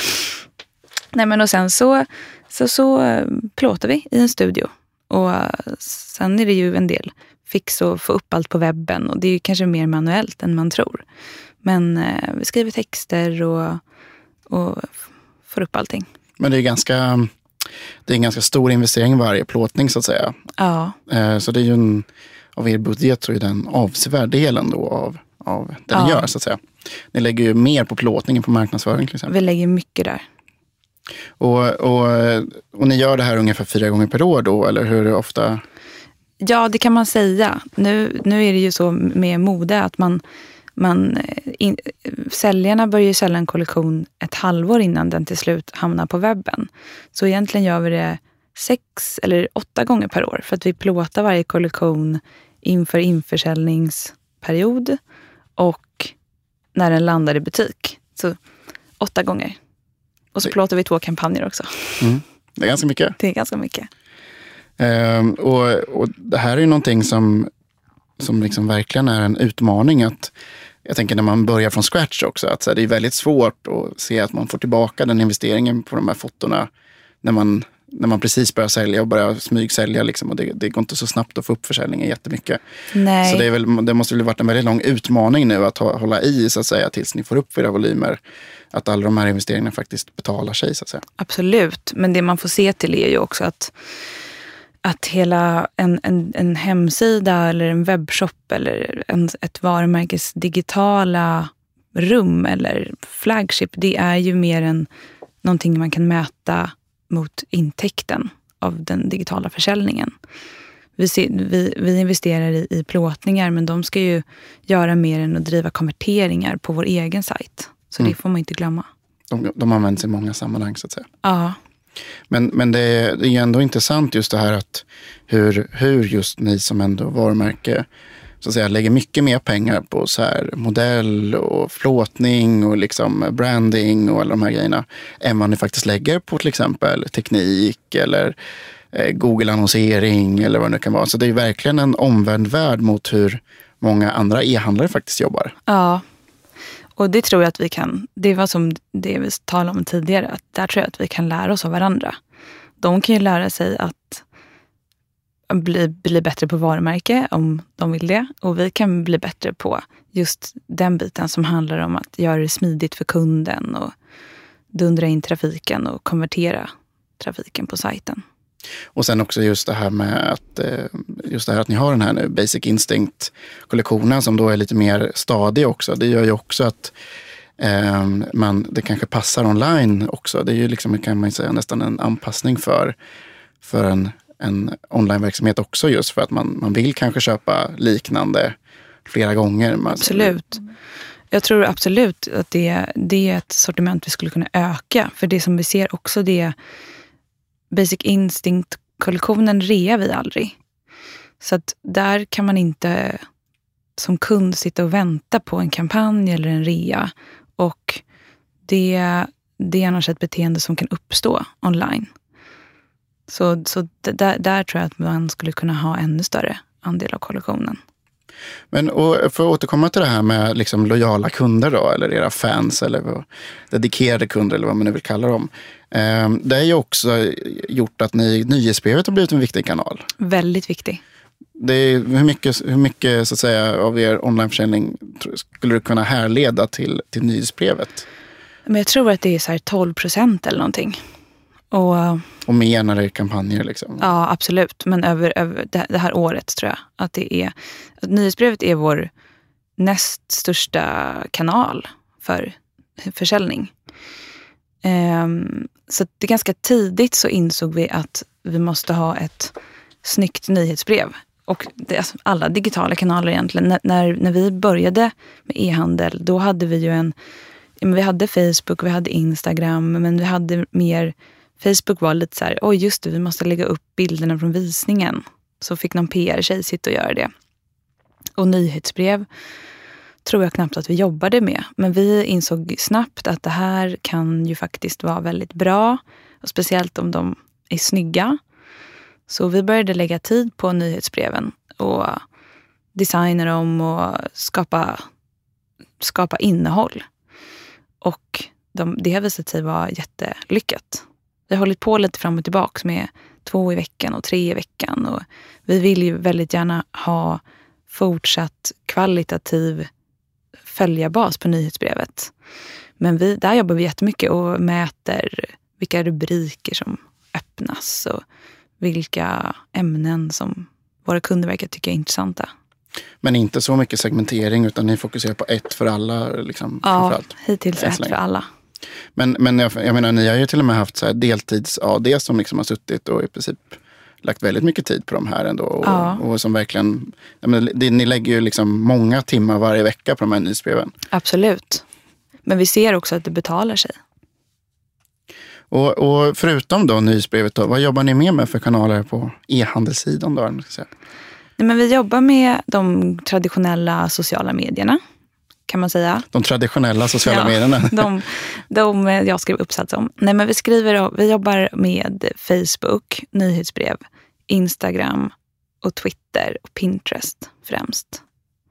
Nej, men och sen så, så, så plåtar vi i en studio. Och sen är det ju en del fix att få upp allt på webben. Och det är ju kanske mer manuellt än man tror. Men eh, vi skriver texter och, och får upp allting. Men det är ganska... Det är en ganska stor investering varje plåtning så att säga. Ja. Eh, så det är ju en, av er budget så är den avsevärd delen då av, av det ja. ni gör så att säga. Ni lägger ju mer på plåtningen på marknadsföring till exempel. Vi lägger mycket där. Och, och, och ni gör det här ungefär fyra gånger per år då, eller hur ofta? Ja, det kan man säga. Nu, nu är det ju så med mode att man, man in, säljarna börjar ju sälja en kollektion ett halvår innan den till slut hamnar på webben. Så egentligen gör vi det sex eller åtta gånger per år för att vi plåtar varje kollektion inför införsäljningsperiod och när den landar i butik. Så åtta gånger. Och så plåtar vi två kampanjer också. Mm. Det är ganska mycket. Det är ganska mycket. Um, och, och det här är ju någonting som, som liksom verkligen är en utmaning. Att, jag tänker när man börjar från scratch också. Att så här, det är väldigt svårt att se att man får tillbaka den investeringen på de här fotona. När man, när man precis börjar sälja och börjar smygsälja. Liksom, och det, det går inte så snabbt att få upp försäljningen jättemycket. Nej. Så det, är väl, det måste väl ha varit en väldigt lång utmaning nu att hålla i så att säga tills ni får upp era volymer. Att alla de här investeringarna faktiskt betalar sig så att säga. Absolut, men det man får se till är ju också att, att hela en, en, en hemsida eller en webbshop eller en, ett varumärkes digitala rum eller flagship, det är ju mer än någonting man kan mäta mot intäkten av den digitala försäljningen. Vi, ser, vi, vi investerar i, i plåtningar men de ska ju göra mer än att driva konverteringar på vår egen sajt. Så mm. det får man inte glömma. De, de används i många sammanhang så att säga. Ja. Men, men det, är, det är ändå intressant just det här att hur, hur just ni som ändå varumärke så att säga, lägger mycket mer pengar på så här modell och flåtning och liksom branding och alla de här grejerna än vad ni faktiskt lägger på till exempel teknik eller eh, Google-annonsering eller vad det nu kan vara. Så det är verkligen en omvänd värld mot hur många andra e-handlare faktiskt jobbar. Ja. Och det tror jag att vi kan, det var som det vi talade om tidigare, att där tror jag att vi kan lära oss av varandra. De kan ju lära sig att bli, bli bättre på varumärke om de vill det. Och vi kan bli bättre på just den biten som handlar om att göra det smidigt för kunden och dundra in trafiken och konvertera trafiken på sajten. Och sen också just det här med att, just det här att ni har den här nu Basic Instinct-kollektionen som då är lite mer stadig också. Det gör ju också att eh, man, det kanske passar online också. Det är ju liksom, kan man säga, nästan en anpassning för, för en, en online-verksamhet också just för att man, man vill kanske köpa liknande flera gånger. Absolut. Jag tror absolut att det, det är ett sortiment vi skulle kunna öka. För det som vi ser också det är Basic Instinct-kollektionen rear vi aldrig. Så att där kan man inte som kund sitta och vänta på en kampanj eller en rea. Och det, det är annars ett beteende som kan uppstå online. Så, så där, där tror jag att man skulle kunna ha ännu större andel av kollektionen. Men och för att återkomma till det här med liksom lojala kunder då, eller era fans eller vad, dedikerade kunder eller vad man nu vill kalla dem. Eh, det är ju också gjort att ni, nyhetsbrevet har blivit en viktig kanal. Väldigt viktig. Det är, hur mycket, hur mycket så att säga, av er onlineförsäljning skulle du kunna härleda till, till nyhetsbrevet? Men jag tror att det är så här tolv procent eller någonting. Och, och mer när det är kampanjer liksom. Ja, absolut. Men över, över det här året tror jag att det är... Att nyhetsbrevet är vår näst största kanal för försäljning. Um, så det är ganska tidigt så insåg vi att vi måste ha ett snyggt nyhetsbrev. Och det, alltså alla digitala kanaler egentligen. N- när, när vi började med e-handel, då hade vi ju en... Vi hade Facebook, vi hade Instagram, men vi hade mer... Facebook var lite så här, oj just det, vi måste lägga upp bilderna från visningen. Så fick någon P R-tjej sitta och göra det. Och nyhetsbrev tror jag knappt att vi jobbade med. Men vi insåg snabbt att det här kan ju faktiskt vara väldigt bra. Och speciellt om de är snygga. Så vi började lägga tid på nyhetsbreven. Och designa dem och skapa, skapa innehåll. Och de, det har visat sig vara jättelyckat. Vi har hållit på lite fram och tillbaka med två i veckan och tre i veckan. Och vi vill ju väldigt gärna ha fortsatt kvalitativ följarbas på nyhetsbrevet. Men vi, där jobbar vi jättemycket och mäter vilka rubriker som öppnas och vilka ämnen som våra kunder verkar tycka är intressanta. Men inte så mycket segmentering utan ni fokuserar på ett för alla? Liksom, ja, hittills ett för alla. Men, men jag, jag menar, ni har ju till och med haft så här deltids-A D som liksom har suttit och i princip lagt väldigt mycket tid på de här ändå. Och, ja. och som verkligen, jag menar, det, ni lägger ju liksom många timmar varje vecka på de här nyhetsbreven. Absolut. Men vi ser också att det betalar sig. Och, och förutom då nyhetsbrevet då, vad jobbar ni med med för kanaler på e-handelssidan då? Ska Nej, men vi jobbar med de traditionella sociala medierna. Kan man säga. De traditionella sociala ja, medierna. de, de jag skrev uppsats om. Nej, men vi skriver, vi jobbar med Facebook, nyhetsbrev, Instagram och Twitter och Pinterest främst.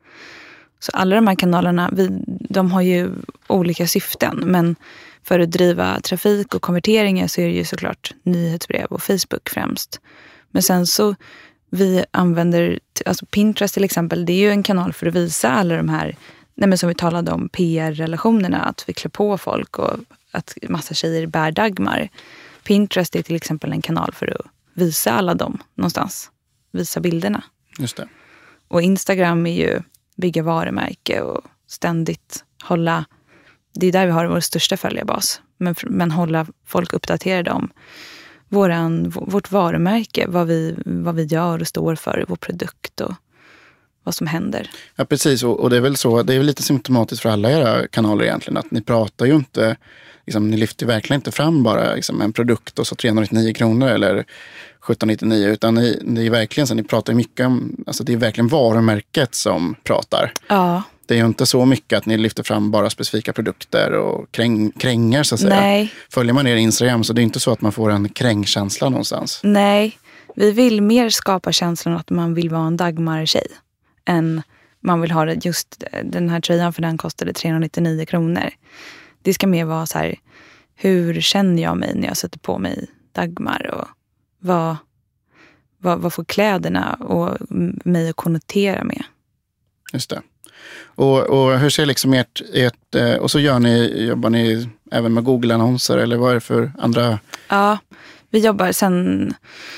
Så alla de här kanalerna, vi, de har ju olika syften. Men för att driva trafik och konverteringar så är det ju såklart nyhetsbrev och Facebook främst. Men sen så vi använder, alltså Pinterest till exempel, det är ju en kanal för att visa alla de här, nej men som vi talade om, P R-relationerna, att vi klär på folk och att massa tjejer bär Dagmar. Pinterest är till exempel en kanal för att visa alla dem någonstans, visa bilderna. Just det. Och Instagram är ju bygga varumärke och ständigt hålla, det är där vi har vår största följarbas, men, men hålla folk uppdaterade om våran, vårt varumärke, vad vi, vad vi gör och står för, vår produkt och vad som händer. Ja, precis. Och, och det är väl så, det är väl lite symptomatiskt för alla era kanaler egentligen, att ni pratar ju inte, liksom, ni lyfter verkligen inte fram bara liksom, en produkt och så trehundranittionio kronor eller sjuttonhundranittionio, utan ni, ni är verkligen så, ni pratar mycket om, alltså det är verkligen varumärket som pratar. Ja. Det är ju inte så mycket att ni lyfter fram bara specifika produkter och kräng, krängar så att säga. Nej. Följer man er Instagram så det är inte så att man får en krängkänsla någonstans. Nej, vi vill mer skapa känslan att man vill vara en Dagmar-tjej än man vill ha det just den här tröjan för den kostade trehundranittionio kronor. Det ska mer vara så här, hur känner jag mig när jag sätter på mig Dagmar och vad, vad, vad får kläderna och mig att konnotera med. Just det. Och, och hur ser liksom ert, ert och så gör ni, jobbar ni även med Google-annonser eller vad är det för andra? Ja, vi jobbar sen,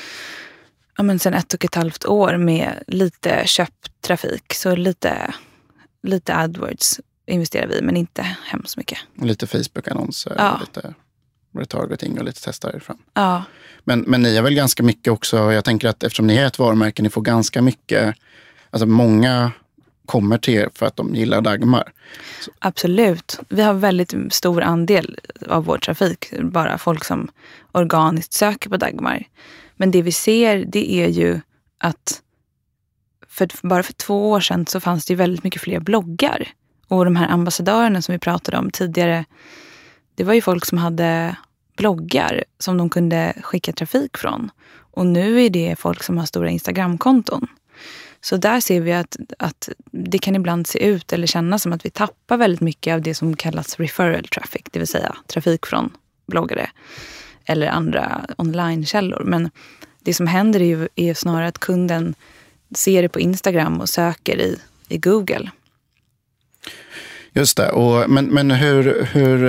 ja men sen ett och ett halvt år med lite köptrafik, så lite, lite AdWords investerar vi, men inte hemskt mycket. Och lite Facebook-annonser, ja. Och lite retargeting och lite testar fram. Ja. Men, men ni är väl ganska mycket också, jag tänker att eftersom ni är ett varumärke, ni får ganska mycket, alltså många kommer till er för att de gillar Dagmar. Så. Absolut. Vi har väldigt stor andel av vår trafik. Bara folk som organiskt söker på Dagmar. Men det vi ser, det är ju att för, bara för två år sedan så fanns det ju väldigt mycket fler bloggar. Och de här ambassadörerna som vi pratade om tidigare, det var ju folk som hade bloggar som de kunde skicka trafik från. Och nu är det folk som har stora Instagramkonton. Så där ser vi att, att det kan ibland se ut eller kännas som att vi tappar väldigt mycket av det som kallas referral traffic, det vill säga trafik från bloggare eller andra online-källor. Men det som händer är ju är snarare att kunden ser det på Instagram och söker i, i Google. Just det. Och, men men hur, hur,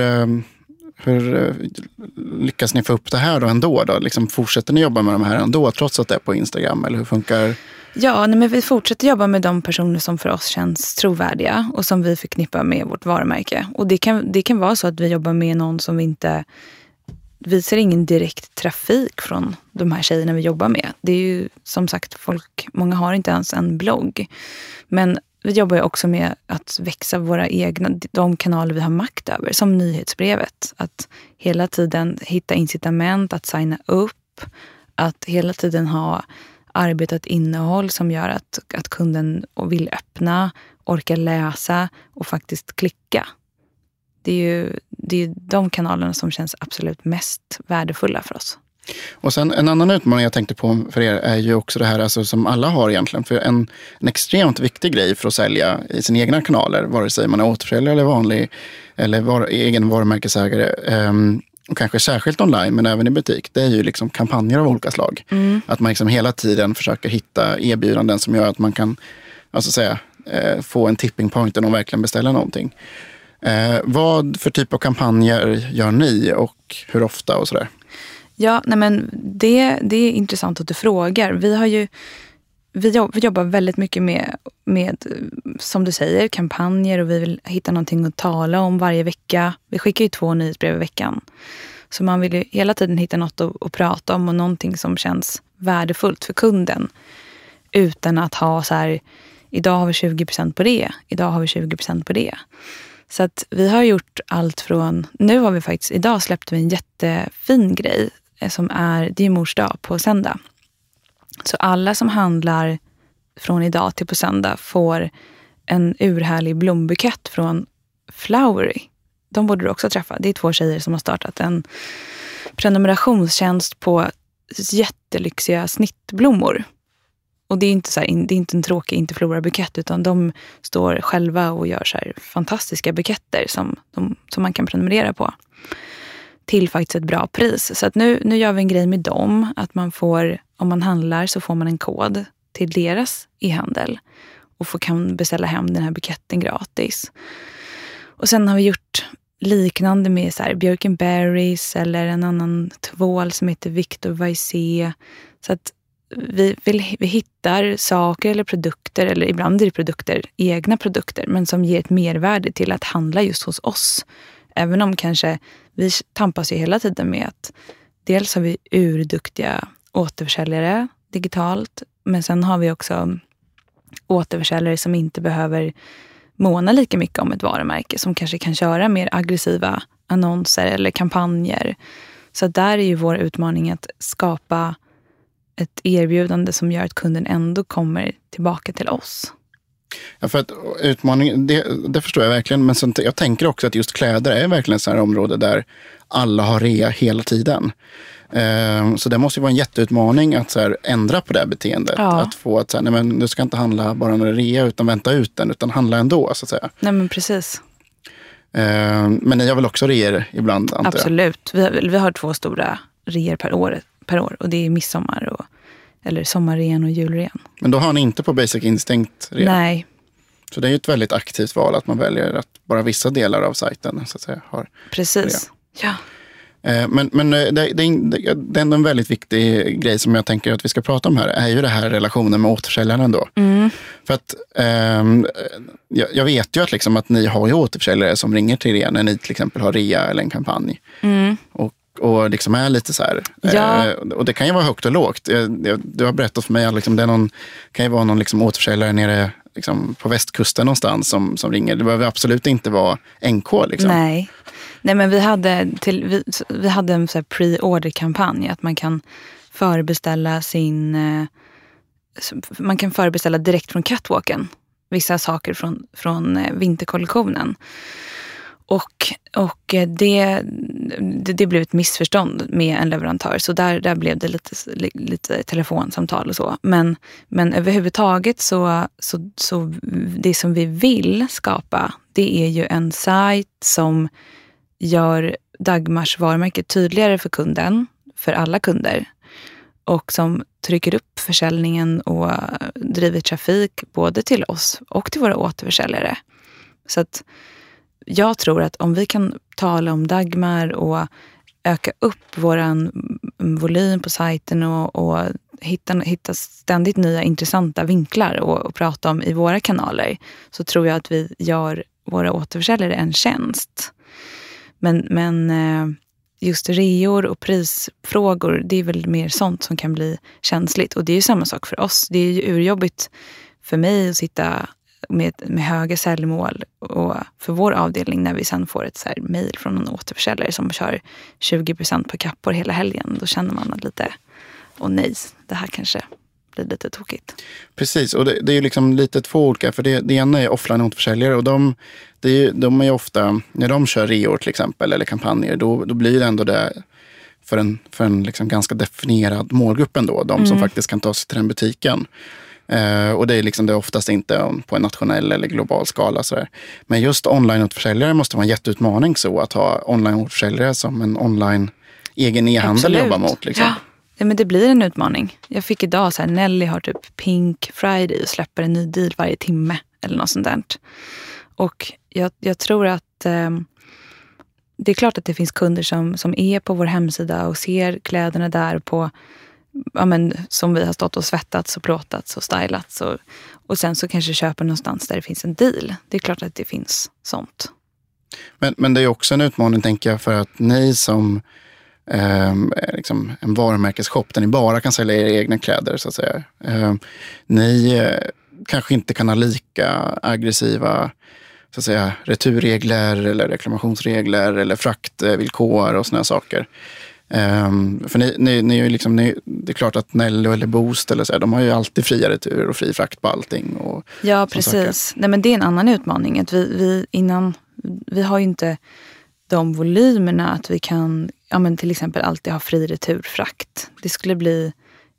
hur lyckas ni få upp det här då ändå? Då? Liksom, fortsätter ni jobba med de här ändå trots att det är på Instagram? Eller hur funkar? Ja, nej, men vi fortsätter jobba med de personer som för oss känns trovärdiga och som vi förknippar med vårt varumärke. Och det kan, det kan vara så att vi jobbar med någon som vi inte... Vi ser ingen direkt trafik från de här tjejerna vi jobbar med. Det är ju som sagt folk, många har inte ens en blogg. Men vi jobbar ju också med att växa våra egna, de kanaler vi har makt över. Som nyhetsbrevet. Att hela tiden hitta incitament att signa upp. Att hela tiden ha arbetat innehåll som gör att, att kunden vill öppna, orkar läsa och faktiskt klicka. Det är ju det är de kanalerna som känns absolut mest värdefulla för oss. Och sen en annan utmaning jag tänkte på för er är ju också det här alltså, som alla har egentligen. För en, en extremt viktig grej för att sälja i sina egna kanaler, vare sig man är återförsäljare eller vanlig eller var, egen varumärkesägare, um, och kanske särskilt online men även i butik, det är ju liksom kampanjer av olika slag. Mm. Att man liksom hela tiden försöker hitta erbjudanden som gör att man kan alltså säga, eh, få en tipping point där de verkligen beställer någonting. Eh, vad för typ av kampanjer gör ni och hur ofta och sådär? Ja, nej men det, det är intressant att du frågar. Vi har ju vi, jobb, vi jobbar väldigt mycket med, med, som du säger, kampanjer och vi vill hitta någonting att tala om varje vecka. Vi skickar ju två nyhetsbrev i veckan. Så man vill ju hela tiden hitta något att, att prata om och någonting som känns värdefullt för kunden. Utan att ha så här, idag har vi tjugo procent på det, idag har vi tjugo procent på det. Så att vi har gjort allt från, nu har vi faktiskt, idag släppte vi en jättefin grej som är, det är mors dag på söndag. Så alla som handlar från idag till på söndag får en urhärlig blombukett från Flowery. De borde du också träffa. Det är två tjejer som har startat en prenumerationstjänst på jättelyxiga snittblommor. Och det är inte så här, det är inte en tråkig Interflora-bukett utan de står själva och gör så här fantastiska buketter som, de, som man kan prenumerera på. Till faktiskt ett bra pris. Så att nu, nu gör vi en grej med dem. Att man får, om man handlar så får man en kod till deras e-handel. Och får, kan beställa hem den här buketten gratis. Och sen har vi gjort liknande med så här Björkenberries eller en annan tvål som heter Victor Vaisé. Så att vi, vi, vi hittar saker eller produkter, eller ibland är det produkter, egna produkter, men som ger ett mervärde till att handla just hos oss. Även om kanske vi tampas ju hela tiden med att dels har vi urduktiga återförsäljare digitalt, men sen har vi också återförsäljare som inte behöver måna lika mycket om ett varumärke, som kanske kan köra mer aggressiva annonser eller kampanjer. Så där är ju vår utmaning att skapa ett erbjudande som gör att kunden ändå kommer tillbaka till oss. Ja, för att utmaning, det, det förstår jag verkligen. Men sen, jag tänker också att just kläder är verkligen ett sådant här område där alla har rea hela tiden. Eh, så det måste ju vara en jätteutmaning att så här, ändra på det här beteendet. Ja. Att få att så här, nej men du ska inte handla bara när det är rea utan vänta ut den, utan handla ändå så att säga. Nej men precis. Eh, men ni har väl också reor ibland, antar jag? Absolut. Vi har, vi har två stora reor per år, per år och det är midsommar och eller sommarren och julren. Men då har ni inte på Basic Instinct rea? Nej. Så det är ju ett väldigt aktivt val att man väljer att bara vissa delar av sajten så att säga har precis, rea. Ja. Men, men det, det, det är ändå en väldigt viktig grej som jag tänker att vi ska prata om här är ju det här relationen med återförsäljaren då. Mm. För att um, jag, jag vet ju att, liksom att ni har ju återförsäljare som ringer till er när ni till exempel har rea eller en kampanj. Mm. Och Och liksom är lite så här. Ja. Eh, och det kan ju vara högt och lågt. Eh, du har berättat för mig att liksom, det är någon, kan ju vara någon liksom återförsäljare nere liksom, på västkusten någonstans som, som ringer. Det behöver absolut inte vara N K. Liksom. Nej. Nej, men vi hade, till, vi, vi hade en så här pre-order-kampanj. Att man kan förbeställa sin... Eh, man kan förbeställa direkt från catwalken. Vissa saker från, från eh, vinterkollektionen. Och, och det, det, det blev ett missförstånd med en leverantör. Så där, där blev det lite, lite telefonsamtal och så. Men, men överhuvudtaget så, så, så det som vi vill skapa, det är ju en sajt som gör Dagmars varumärke tydligare för kunden, för alla kunder. Och som trycker upp försäljningen och driver trafik både till oss och till våra återförsäljare. Så att jag tror att om vi kan tala om Dagmar och öka upp våran volym på sajten och, och hitta, hitta ständigt nya intressanta vinklar och, och prata om i våra kanaler, så tror jag att vi gör våra återförsäljare en tjänst. Men, men just reor och prisfrågor, det är väl mer sånt som kan bli känsligt. Och det är ju samma sak för oss. Det är ju urjobbigt för mig att sitta med, med höga säljmål och för vår avdelning när vi sen får ett så här mejl från en återförsäljare som kör tjugo procent på kappor hela helgen. Då känner man att lite, åh nej, det här kanske blir lite tokigt. Precis, och det, det är ju liksom lite två olika, för det, det ena är offline-återförsäljare och de, det är ju, de är ju ofta, när de kör reor till exempel eller kampanjer, då, då blir det ändå det för en, för en liksom ganska definierad målgrupp ändå, de mm. som faktiskt kan ta sig till den butiken. Uh, och det är liksom det oftast inte på en nationell eller global skala. Sådär. Men just online-återförsäljare måste vara en jätteutmaning så att ha online-återförsäljare som en online egen e-handel jobbar mot. Liksom. Ja. Ja, men det blir en utmaning. Jag fick idag så här, Nelly har typ Pink Friday och släpper en ny deal varje timme eller något sånt där. Och jag, jag tror att eh, det är klart att det finns kunder som, som är på vår hemsida och ser kläderna där på, ja, men, som vi har stått och svettats och plåtats och stylats och, och sen så kanske köper någonstans där det finns en deal. Det är klart att det finns sånt. Men, men det är också en utmaning, tänker jag, för att ni som eh, liksom en varumärkesshop där ni bara kan sälja era egna kläder så att säga. Eh, ni eh, kanske inte kan ha lika aggressiva så att säga returregler eller reklamationsregler eller fraktvillkor och såna saker. Um, för ni, ni, ni är ju liksom, ni, det är klart att Nelly eller Boost eller så här, de har ju alltid fria returer och fri frakt på allting. Och ja, precis. Nej, men det är en annan utmaning. Att vi, vi, innan, vi har ju inte de volymerna att vi kan, ja, men till exempel alltid ha fri returfrakt. Det skulle bli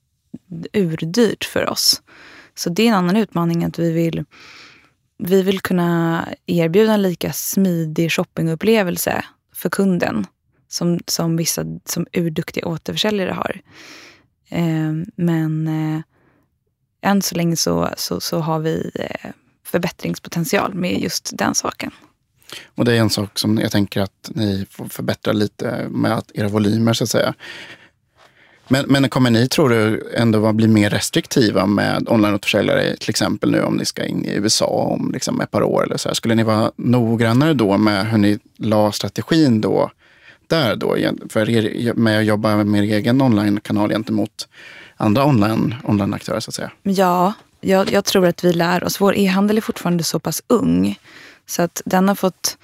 urdyrt för oss. Så det är en annan utmaning att vi vill, vi vill kunna erbjuda en lika smidig shoppingupplevelse för kunden som, som vissa som urduktiga återförsäljare har. Eh, men eh, än så länge så, så, så har vi eh, förbättringspotential med just den saken. Och det är en sak som jag tänker att ni får förbättra lite med era volymer så att säga. Men, men kommer ni, tror du, ändå bli mer restriktiva med online-återförsäljare till exempel nu om ni ska in i U S A om liksom ett par år eller så här? Skulle ni vara noggrannare då med hur ni la strategin då där då för er, med att jobba med er egen online-kanal gentemot andra online, online-aktörer så att säga? Ja, jag, jag tror att vi lär oss. Vår e-handel är fortfarande så pass ung så att den har fått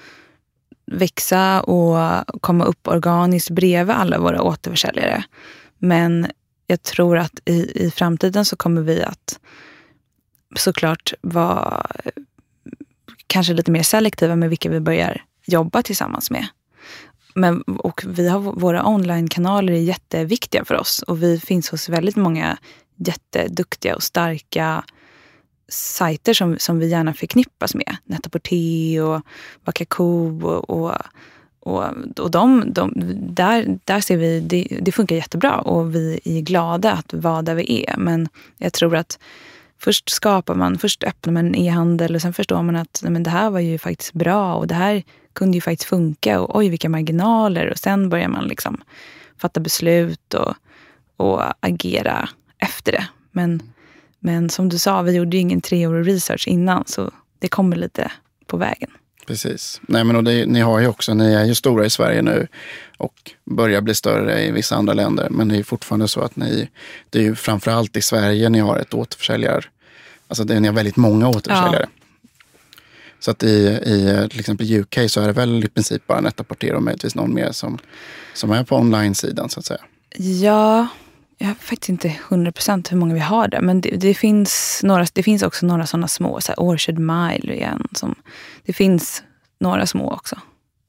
växa och komma upp organiskt bredvid alla våra återförsäljare. Men jag tror att i, i framtiden så kommer vi att såklart vara kanske lite mer selektiva med vilka vi börjar jobba tillsammans med. Men, och vi har våra online-kanaler är jätteviktiga för oss och vi finns hos väldigt många jätteduktiga och starka sajter som, som vi gärna förknippas med. Net-a-Porter och Bakako och, och, och, och de, de, där, där ser vi, det, det funkar jättebra och vi är glada att vara där vi är. Men jag tror att först skapar man, först öppnar man en e-handel och sen förstår man att nej, men det här var ju faktiskt bra och det här kunde ju faktiskt funka och oj vilka marginaler och sen börjar man liksom fatta beslut och, och agera efter det. Men, men som du sa, vi gjorde ju ingen treårig research innan så det kommer lite på vägen. Precis. Nej, men och det, ni har ju också, ni är ju stora i Sverige nu och börjar bli större i vissa andra länder. Men det är fortfarande så att ni, det är ju framförallt i Sverige ni har ett återförsäljare. Alltså det, ni har väldigt många återförsäljare. Ja. Så att i, i till exempel U K så är det väl i princip bara Net-a-Porter och möjligtvis någon mer som, som är på online-sidan så att säga. Ja, jag har faktiskt inte hundra procent hur många vi har där. Men det, det, finns, några, det finns också några sådana små, så här Orchard Mile igen. Som, det finns några små också.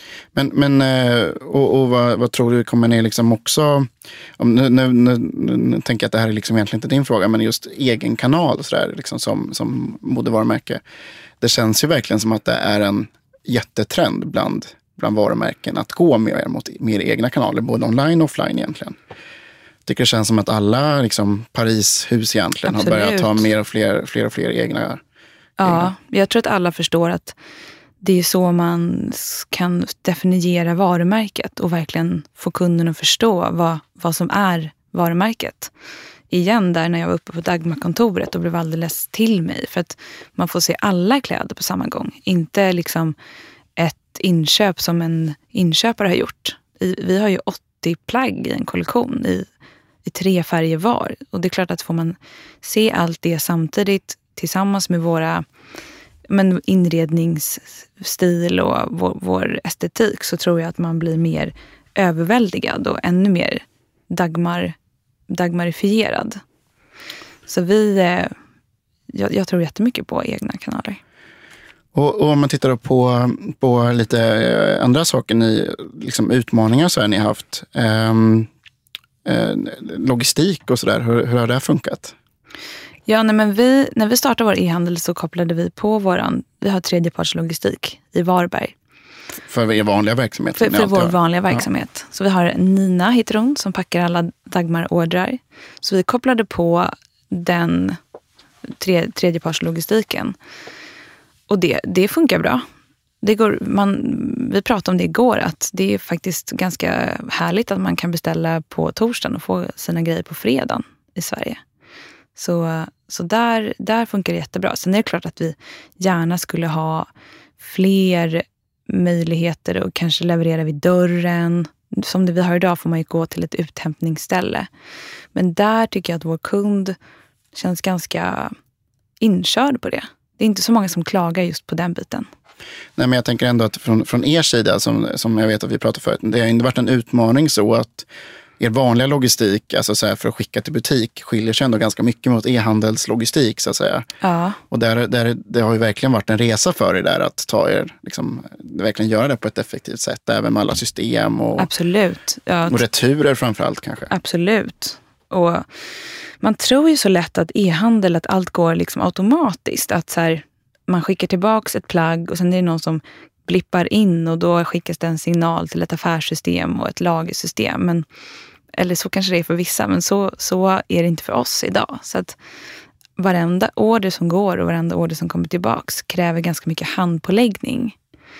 Men, men och, och vad, vad tror du kommer ni liksom också, om, nu, nu, nu, nu tänker jag att det här är liksom egentligen inte din fråga, men just egen kanal så där, liksom som, som modevarumärke. Det känns ju verkligen som att det är en jättetrend bland, bland varumärken att gå mer mot mer egna kanaler, både online och offline egentligen. Jag tycker det känns som att alla liksom, Parishus egentligen Absolut. har börjat ha mer och fler, fler och fler egna. Ja, egna. Jag tror att alla förstår att det är så man kan definiera varumärket och verkligen få kunden att förstå vad, vad som är varumärket. Igen där när jag var uppe på Dagmarkontoret och blev alldeles till mig för att man får se alla kläder på samma gång. Inte liksom ett inköp som en inköpare har gjort. Vi har ju åttio plagg i en kollektion i, i tre färger var. Och det är klart att får man se allt det samtidigt tillsammans med våra men inredningsstil och vår, vår estetik så tror jag att man blir mer överväldigad och ännu mer Dagmar, Dagmarifierad. Så vi, eh, jag, jag tror jättemycket på egna kanaler. Och, och om man tittar på, på lite andra saker, ni, liksom utmaningar så har ni haft. Eh, eh, logistik och sådär, hur, hur har det funkat? Ja, nej, men vi, när vi startade vår e-handel så kopplade vi på våran, vi har tredjepartslogistik i Varberg. För er vanliga verksamhet? För, för vår har. vanliga verksamhet. Ja. Så vi har Nina heter hon som packar alla Dagmar-ordrar. Så vi kopplade på den tre, tredjepartslogistiken. Och det, det funkar bra. Det går, man, vi pratade om det igår att det är faktiskt ganska härligt att man kan beställa på torsdagen och få sina grejer på fredagen i Sverige. Så, så där, där funkar det jättebra. Sen är det klart att vi gärna skulle ha fler möjligheter och kanske leverera vid dörren. Som det vi har idag får man ju gå till ett uthämtningsställe. Men där tycker jag att vår kund känns ganska inkörd på det. Det är inte så många som klagar just på den biten. Nej, men jag tänker ändå att från, från er sida, som, som jag vet att vi pratade förut, det har inte varit en utmaning så att er vanliga logistik, alltså så här för att skicka till butik, skiljer sig ändå ganska mycket mot e-handelslogistik så att säga. Ja. Och där, där, det har ju verkligen varit en resa för er där att ta er, liksom, verkligen göra det på ett effektivt sätt, även med alla system och, Absolut. Ja. och returer framförallt kanske. Absolut. Och man tror ju så lätt att e-handel, att allt går liksom automatiskt. Att så här, man skickar tillbaks ett plagg och sen är det någon som blippar in och då skickas det en signal till ett affärssystem och ett lagersystem. Men, eller så kanske det är för vissa, men så, så är det inte för oss idag. Så att varenda order som går och varenda order som kommer tillbaks kräver ganska mycket handpåläggning.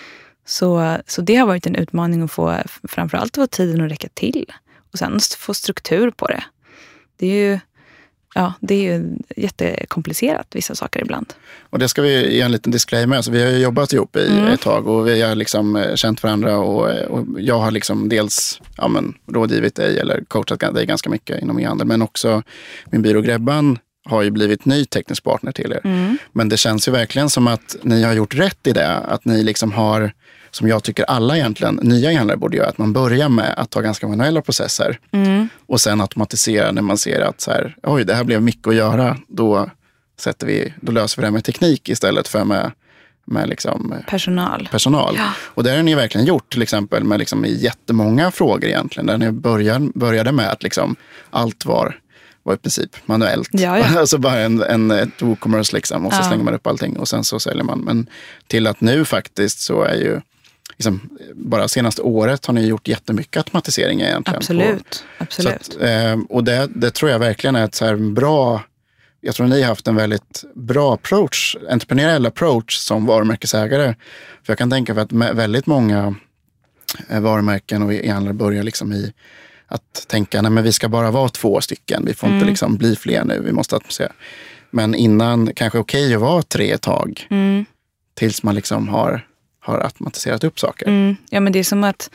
Så, så det har varit en utmaning att få framförallt få tiden att räcka till. Och sen få struktur på det. Det är ju, ja, det är ju jättekomplicerat vissa saker ibland. Och det ska vi ge en liten disclaimer. Alltså, vi har ju jobbat ihop i mm. ett tag och vi har liksom känt varandra och, och jag har liksom dels ja, men, rådgivit dig eller coachat dig ganska mycket inom e-handel, men också min byrå Grebban har ju blivit ny teknisk partner till er. Mm. Men det känns ju verkligen som att ni har gjort rätt i det. Att ni liksom har, som jag tycker alla egentligen, nya e-handlare borde göra, att man börjar med att ta ganska manuella processer. Mm. Och sen automatisera när man ser att så här, oj, det här blev mycket att göra. Då, sätter vi, då löser vi det med teknik istället för med, med liksom personal. personal. Ja. Och det har ni verkligen gjort, till exempel med liksom jättemånga frågor egentligen. Där ni började, började med att liksom allt var... var i princip manuellt. Ja, ja. Alltså bara en, en, ett WooCommerce liksom och så ja. slänger man upp allting och sen så säljer man. Men till att nu faktiskt så är ju liksom, bara senaste året har ni gjort jättemycket automatisering egentligen. Absolut. På, Absolut. Så att, eh, och det, det tror jag verkligen är ett så här bra, jag tror ni har haft en väldigt bra approach, entreprenöriell approach som varumärkesägare. För jag kan tänka för att väldigt många varumärken och e-handlare börjar liksom i att tänka, nej men vi ska bara vara två stycken. Vi får mm. inte liksom bli fler nu. Vi måste automatisera. Men innan kanske okej att vara tre ett tag. Mm. Tills man liksom har, har automatiserat upp saker. Mm. Ja, men det är som att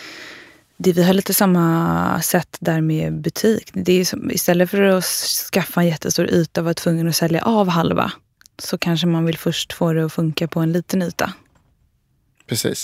det, vi har lite samma sätt där med butik. Det är som, istället för att skaffa en jättestor yta och vara tvungen att sälja av halva, så kanske man vill först få det att funka på en liten yta. Precis.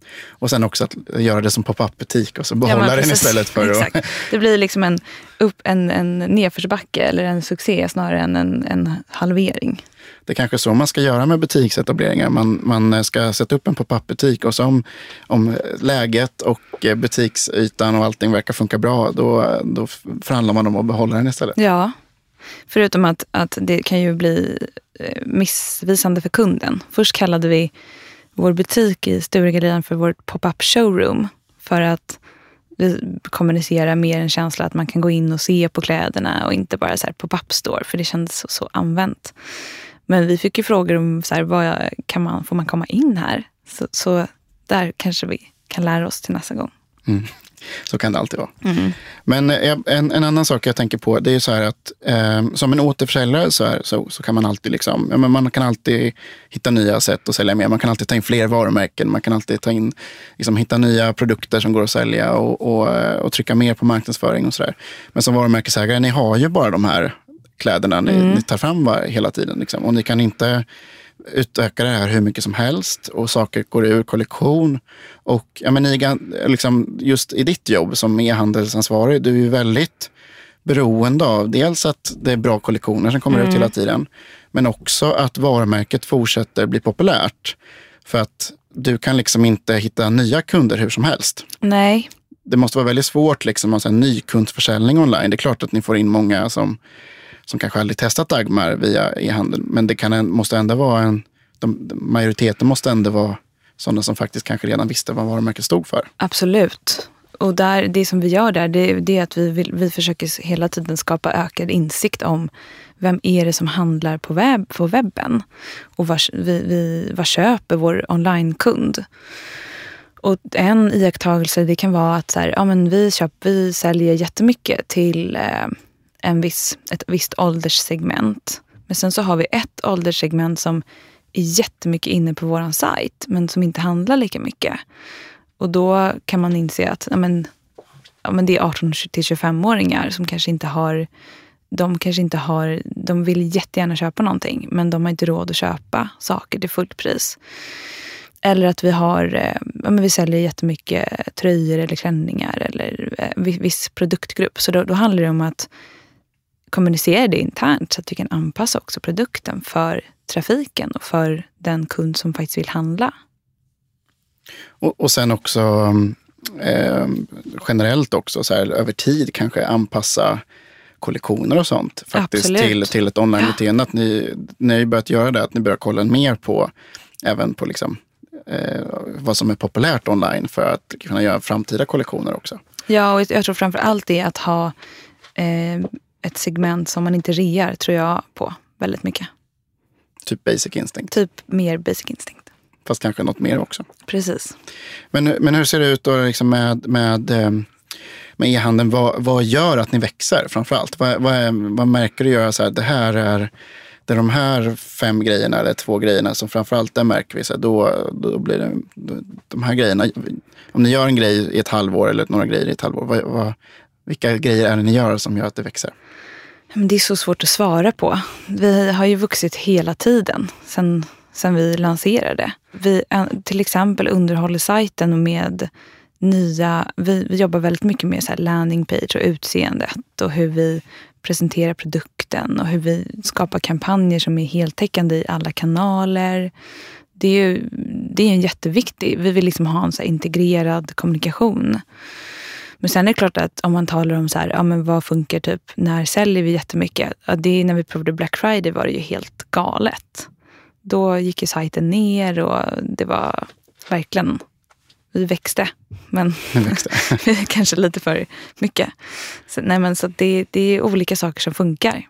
Och sen också att göra det som pop-up-butik och så behålla ja, den istället för Exakt. att... Det blir liksom en, upp, en, en nedförsbacke eller en succé snarare än en, en halvering. Det är kanske så man ska göra med butiksetableringar. Man, man ska sätta upp en pop-up-butik och så om, om läget och butiksytan och allting verkar funka bra, då, då förhandlar man om att behålla den istället. Ja, förutom att, att det kan ju bli missvisande för kunden. Först kallade vi vår butik i Sturegallerian för vår pop-up showroom för att vi kommunicerar mer en känsla att man kan gå in och se på kläderna och inte bara så här pop-up store, för det kändes så, så använt. Men vi fick ju frågor om så här, vad kan man, får man komma in här? Så, så där kanske vi kan lära oss till nästa gång. Mm. Så kan det alltid vara. Mm. Men en, en annan sak jag tänker på, det är så här att eh, som en återförsäljare så, här, så, så kan man alltid liksom, ja, men man kan alltid hitta nya sätt att sälja mer. Man kan alltid ta in fler varumärken. Man kan alltid ta in, liksom, hitta nya produkter som går att sälja och, och, och trycka mer på marknadsföring och sådär. Men som varumärkesägare, ni har ju bara de här kläderna ni, mm. ni tar fram var, hela tiden. Liksom. Och ni kan inte utöka det här hur mycket som helst och saker går ur kollektion. Och ja, men ni, liksom, just i ditt jobb som e-handelsansvarig, du är ju väldigt beroende av dels att det är bra kollektioner som kommer mm. ut hela tiden, men också att varumärket fortsätter bli populärt. För att du kan liksom inte hitta nya kunder hur som helst. Nej. Det måste vara väldigt svårt liksom, att ha en ny kundförsäljning online. Det är klart att ni får in många som som kanske aldrig testat Dagmar via e-handel. Men det kan, måste ändå vara en... De, majoriteten måste ändå vara sådana som faktiskt kanske redan visste vad varumärket stod för. Absolut. Och där, det som vi gör där, det, det är att vi, vill, vi försöker hela tiden skapa ökad insikt om vem är det som handlar på, webb, på webben. Och vad, vi, vi, vad köper vår onlinekund. Och en iakttagelse, det kan vara att så här, ja, men vi, köper, vi säljer jättemycket till... Eh, En viss, ett visst ålderssegment. Men sen så har vi ett ålderssegment som är jättemycket inne på våran sajt, men som inte handlar lika mycket. Och då kan man inse att ja, men, ja, men det är arton till tjugofem-åringar som kanske inte har, de kanske inte har, de vill jättegärna köpa någonting, men de har inte råd att köpa saker till fullt pris. Eller att vi har, ja, men vi säljer jättemycket tröjor eller klänningar eller viss produktgrupp. Så då, då handlar det om att kommunicera det internt så att vi kan anpassa också produkten för trafiken och för den kund som faktiskt vill handla. Och, och sen också eh, generellt också så här, över tid kanske anpassa kollektioner och sånt faktiskt till, till ett online-beteende. Att ni, ni har ju börjat göra det, att ni börjar kolla mer på även på liksom, eh, vad som är populärt online för att kunna göra framtida kollektioner också. Ja, och jag tror framför allt det att ha eh, ett segment som man inte rear, tror jag på väldigt mycket. Typ Basic Instinct. Typ mer Basic Instinct. Fast kanske något mer också. Precis. Men, men hur ser det ut då liksom med, med, med e-handeln? Vad, vad gör att ni växer framförallt? Vad, vad, är, vad märker du gör så här, det här är, det är de här fem grejerna eller två grejerna som framförallt där märker vi så här, då, då blir det då, de här grejerna. Om ni gör en grej i ett halvår eller några grejer i ett halvår, vad, vad, vilka grejer är det ni gör som gör att det växer? Men det är så svårt att svara på. Vi har ju vuxit hela tiden sen, sen vi lanserade. Vi till exempel underhåller sajten med nya... Vi, vi jobbar väldigt mycket med så här landingpage och utseendet och hur vi presenterar produkten och hur vi skapar kampanjer som är heltäckande i alla kanaler. Det är ju det är en jätteviktig... Vi vill liksom ha en så här integrerad kommunikation. Men sen är det klart att om man talar om så här, ja men vad funkar typ, när säljer vi jättemycket? Ja, det är när vi provade Black Friday var det ju helt galet. Då gick ju sajten ner och det var verkligen, vi växte. Men vi växte. kanske lite för mycket. Så, nej men så det, det är olika saker som funkar.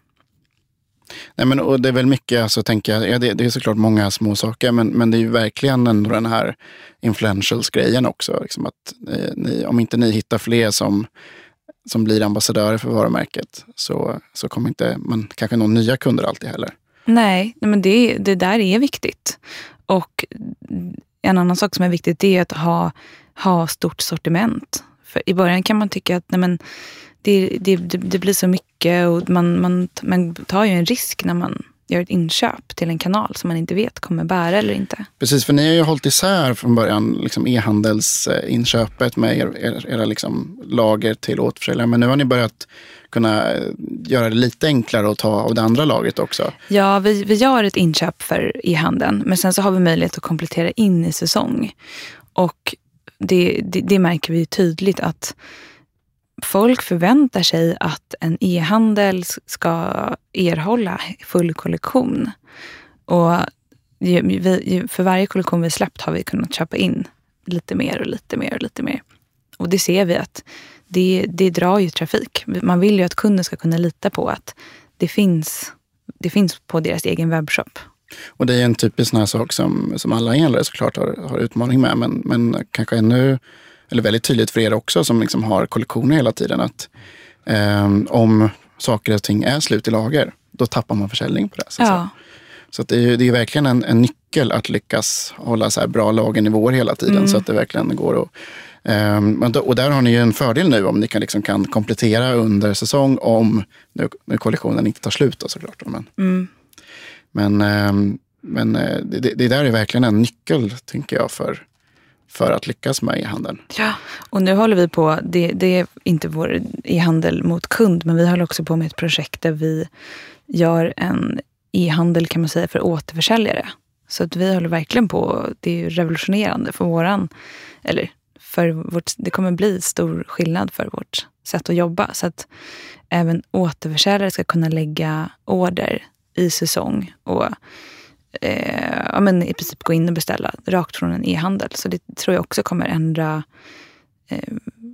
Nej men och det är väl mycket, alltså tänker jag, ja, det, det är såklart många små saker, men, men det är ju verkligen ändå den här influentials-grejen också. Liksom att eh, ni, om inte ni hittar fler som, som blir ambassadörer för varumärket så, så kommer inte man kanske nå nya kunder alltid heller. Nej, men det, det där är viktigt. Och en annan sak som är viktigt, det är att ha, ha stort sortiment. För i början kan man tycka att nej men, det, det, det blir så mycket och man, man, man tar ju en risk när man gör ett inköp till en kanal som man inte vet kommer bära eller inte. Precis, för ni har ju hållit isär från början liksom e-handelsinköpet med er, er, era liksom lager till återförsäljare. Men nu har ni börjat kunna göra det lite enklare att ta av det andra lagret också. Ja, vi, vi gör ett inköp för e-handeln. Men sen så har vi möjlighet att komplettera in i säsong. Och det, det, det märker vi tydligt att folk förväntar sig att en e-handel ska erhålla full kollektion. Och vi, för varje kollektion vi släppt har vi kunnat köpa in lite mer och lite mer och lite mer. Och det ser vi att det, det drar ju trafik. Man vill ju att kunden ska kunna lita på att det finns, det finns på deras egen webbshop. Och det är en typisk sån här sak som, som alla e-handlare såklart har, har utmaning med. Men, men kanske ännu, eller väldigt tydligt för er också som liksom har kollektioner hela tiden. Att eh, om saker och ting är slut i lager, då tappar man försäljning på det. Så, ja. så att det är, det är verkligen en, en nyckel att lyckas hålla så här bra lagernivåer hela tiden. Mm. Så att det verkligen går att... Um, och där har ni ju en fördel nu om ni kan, liksom, kan komplettera under säsong om nu, nu kollektionen inte tar slut då, såklart. Men, mm. men, um, men det, det där är verkligen en nyckel, tänker jag, för, för att lyckas med e-handeln. Ja, och nu håller vi på, det, det är inte vår e-handel mot kund, men vi håller också på med ett projekt där vi gör en e-handel, kan man säga, för återförsäljare. Så att vi håller verkligen på, det är ju revolutionerande för våran, eller för vårt, det kommer bli stor skillnad för vårt sätt att jobba. Så att även återförsäljare ska kunna lägga order i säsong och eh, ja, men i princip gå in och beställa rakt från en e-handel. Så det tror jag också kommer ändra, eh,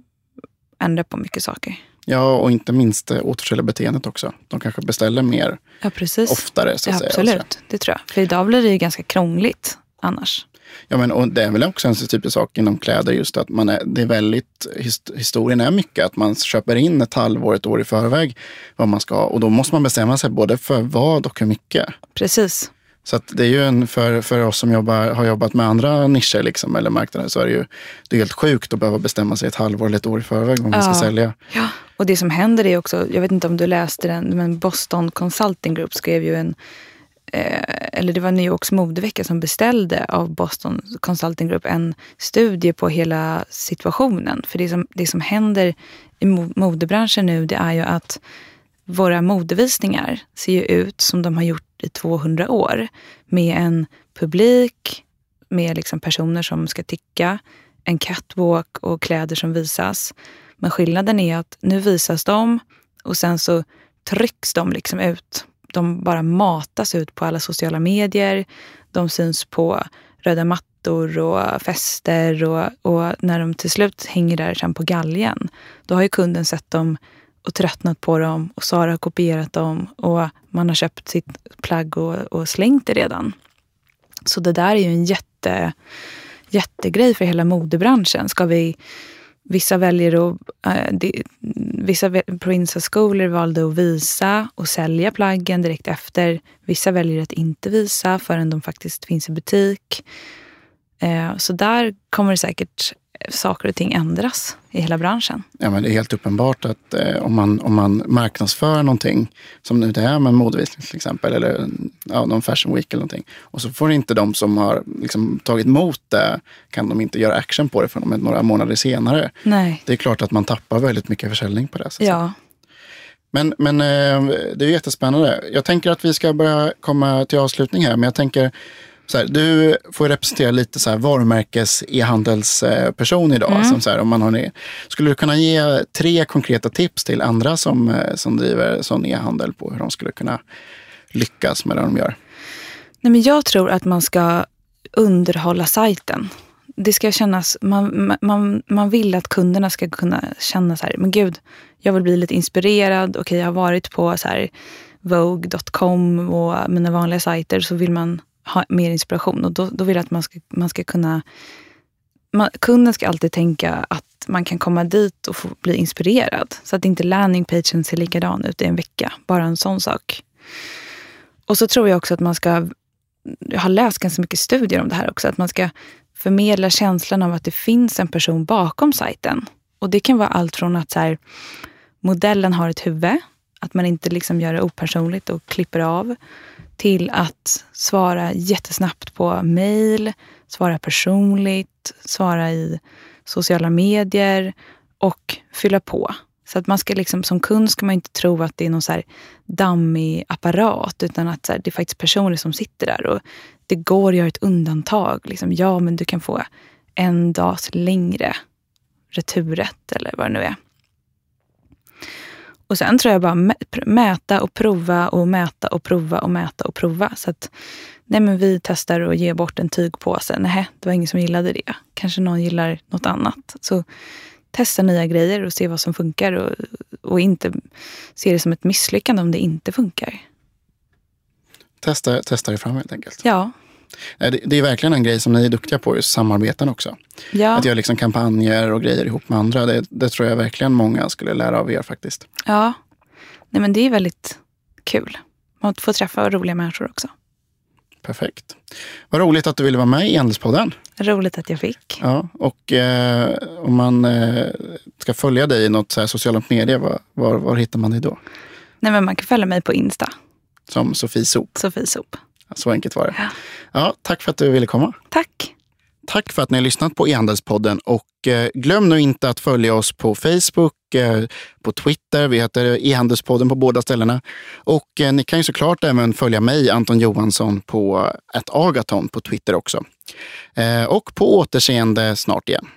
ändra på mycket saker. Ja, och inte minst återförsäljarebeteendet också. De kanske beställer mer ja, precis. oftare. Så att ja, säga, absolut, det tror jag. För idag blir det ju ganska krångligt annars. Ja, men och det är väl också en typ av sak inom kläder just att man är, det är väldigt, historien är mycket att man köper in ett halvår, ett år i förväg vad man ska ha och då måste man bestämma sig både för vad och hur mycket. Precis. Så att det är ju en, för, för oss som jobbar, har jobbat med andra nischer liksom, eller marknader så är det ju det är helt sjukt att behöva bestämma sig ett halvår eller ett år i förväg vad man ja. ska sälja. Ja, och det som händer är också, jag vet inte om du läste den, men Boston Consulting Group skrev ju en eller det var New Yorks modevecka som beställde av Boston Consulting Group en studie på hela situationen. För det som, det som händer i modebranschen nu, det är ju att våra modevisningar ser ju ut som de har gjort i tvåhundra år. Med en publik, med liksom personer som ska ticka, en catwalk och kläder som visas. Men skillnaden är att nu visas de och sen så trycks de liksom ut. De bara matas ut på alla sociala medier. De syns på röda mattor och fester. Och, och när de till slut hänger där sen på galgen, då har ju kunden sett dem och tröttnat på dem. Och Sara har kopierat dem. Och man har köpt sitt plagg och, och slängt det redan. Så det där är ju en jätte, jättegrej för hela modebranschen. Ska vi... Vissa väljer att, äh, de, vissa prinsesskolor valde att visa och sälja plaggen direkt efter. Vissa väljer att inte visa förrän de faktiskt finns i butik. Eh, så där kommer det säkert saker och ting ändras i hela branschen. Ja, men det är helt uppenbart att eh, om, man, om man marknadsför någonting som nu det är med modevisning till exempel eller ja, någon fashion week eller någonting och så får inte de som har liksom, tagit emot det kan de inte göra action på det för några månader senare. Nej. Det är klart att man tappar väldigt mycket försäljning på det. Så ja. Men, men eh, det är jättespännande. Jag tänker att vi ska börja komma till avslutning här men jag tänker så här, du får representera lite så här varumärkes e-handelsperson idag. Mm. Som så här, om man har, skulle du kunna ge tre konkreta tips till andra som, som driver sån e-handel på hur de skulle kunna lyckas med det de gör? Nej, men jag tror att man ska underhålla sajten. Det ska kännas, man, man, man vill att kunderna ska kunna känna så här, men gud, jag vill bli lite inspirerad. Okej, jag har varit på så här Vogue dot com och mina vanliga sajter så vill man ha mer inspiration och då, då vill jag att man ska, man ska kunna man, kunden ska alltid tänka att man kan komma dit och få bli inspirerad så att inte landingpagen ser likadan ut i en vecka, bara en sån sak. Och så tror jag också att man ska, jag har läst ganska mycket studier om det här också, att man ska förmedla känslan av att det finns en person bakom sajten och det kan vara allt från att så här, modellen har ett huvud, att man inte liksom gör det opersonligt och klipper av, till att svara jättesnabbt på mejl, svara personligt, svara i sociala medier och fylla på. Så att man ska liksom, som kund ska man inte tro att det är någon så här dammig apparat, utan att så här, det är faktiskt personer som sitter där och det går att göra ett undantag. Liksom, ja, men du kan få en dags längre returrätt eller vad det nu är. Och sen tror jag bara mäta och prova och mäta och prova och mäta och prova. Så att nej, men vi testar att ge bort en tygpåse. Nej, det var ingen som gillade det. Kanske någon gillar något annat. Så testa nya grejer och se vad som funkar. Och, och inte se det som ett misslyckande om det inte funkar. Testa, testa det fram helt enkelt. Ja. Det, det är verkligen en grej som ni är duktiga på, just samarbeten också. Ja. Att göra liksom kampanjer och grejer ihop med andra. Det, det tror jag verkligen många skulle lära av er faktiskt. Ja, nej, men det är väldigt kul. Man får träffa roliga människor också. Perfekt. Vad roligt att du ville vara med i E-handelspodden. Roligt att jag fick. Ja, och eh, om man eh, ska följa dig i något så här socialt media, var, var, var hittar man dig då? Nej, men man kan följa mig på Insta. Som Sofie Sop. Sofie Sop. Så enkelt var det. Ja. Ja, tack för att du ville komma. Tack. Tack för att ni har lyssnat på E-handelspodden och eh, glöm nu inte att följa oss på Facebook, eh, på Twitter. Vi heter E-handelspodden på båda ställena. Och eh, ni kan ju såklart även följa mig, Anton Johansson, på ett Agaton på Twitter också. Eh, och på återseende snart igen.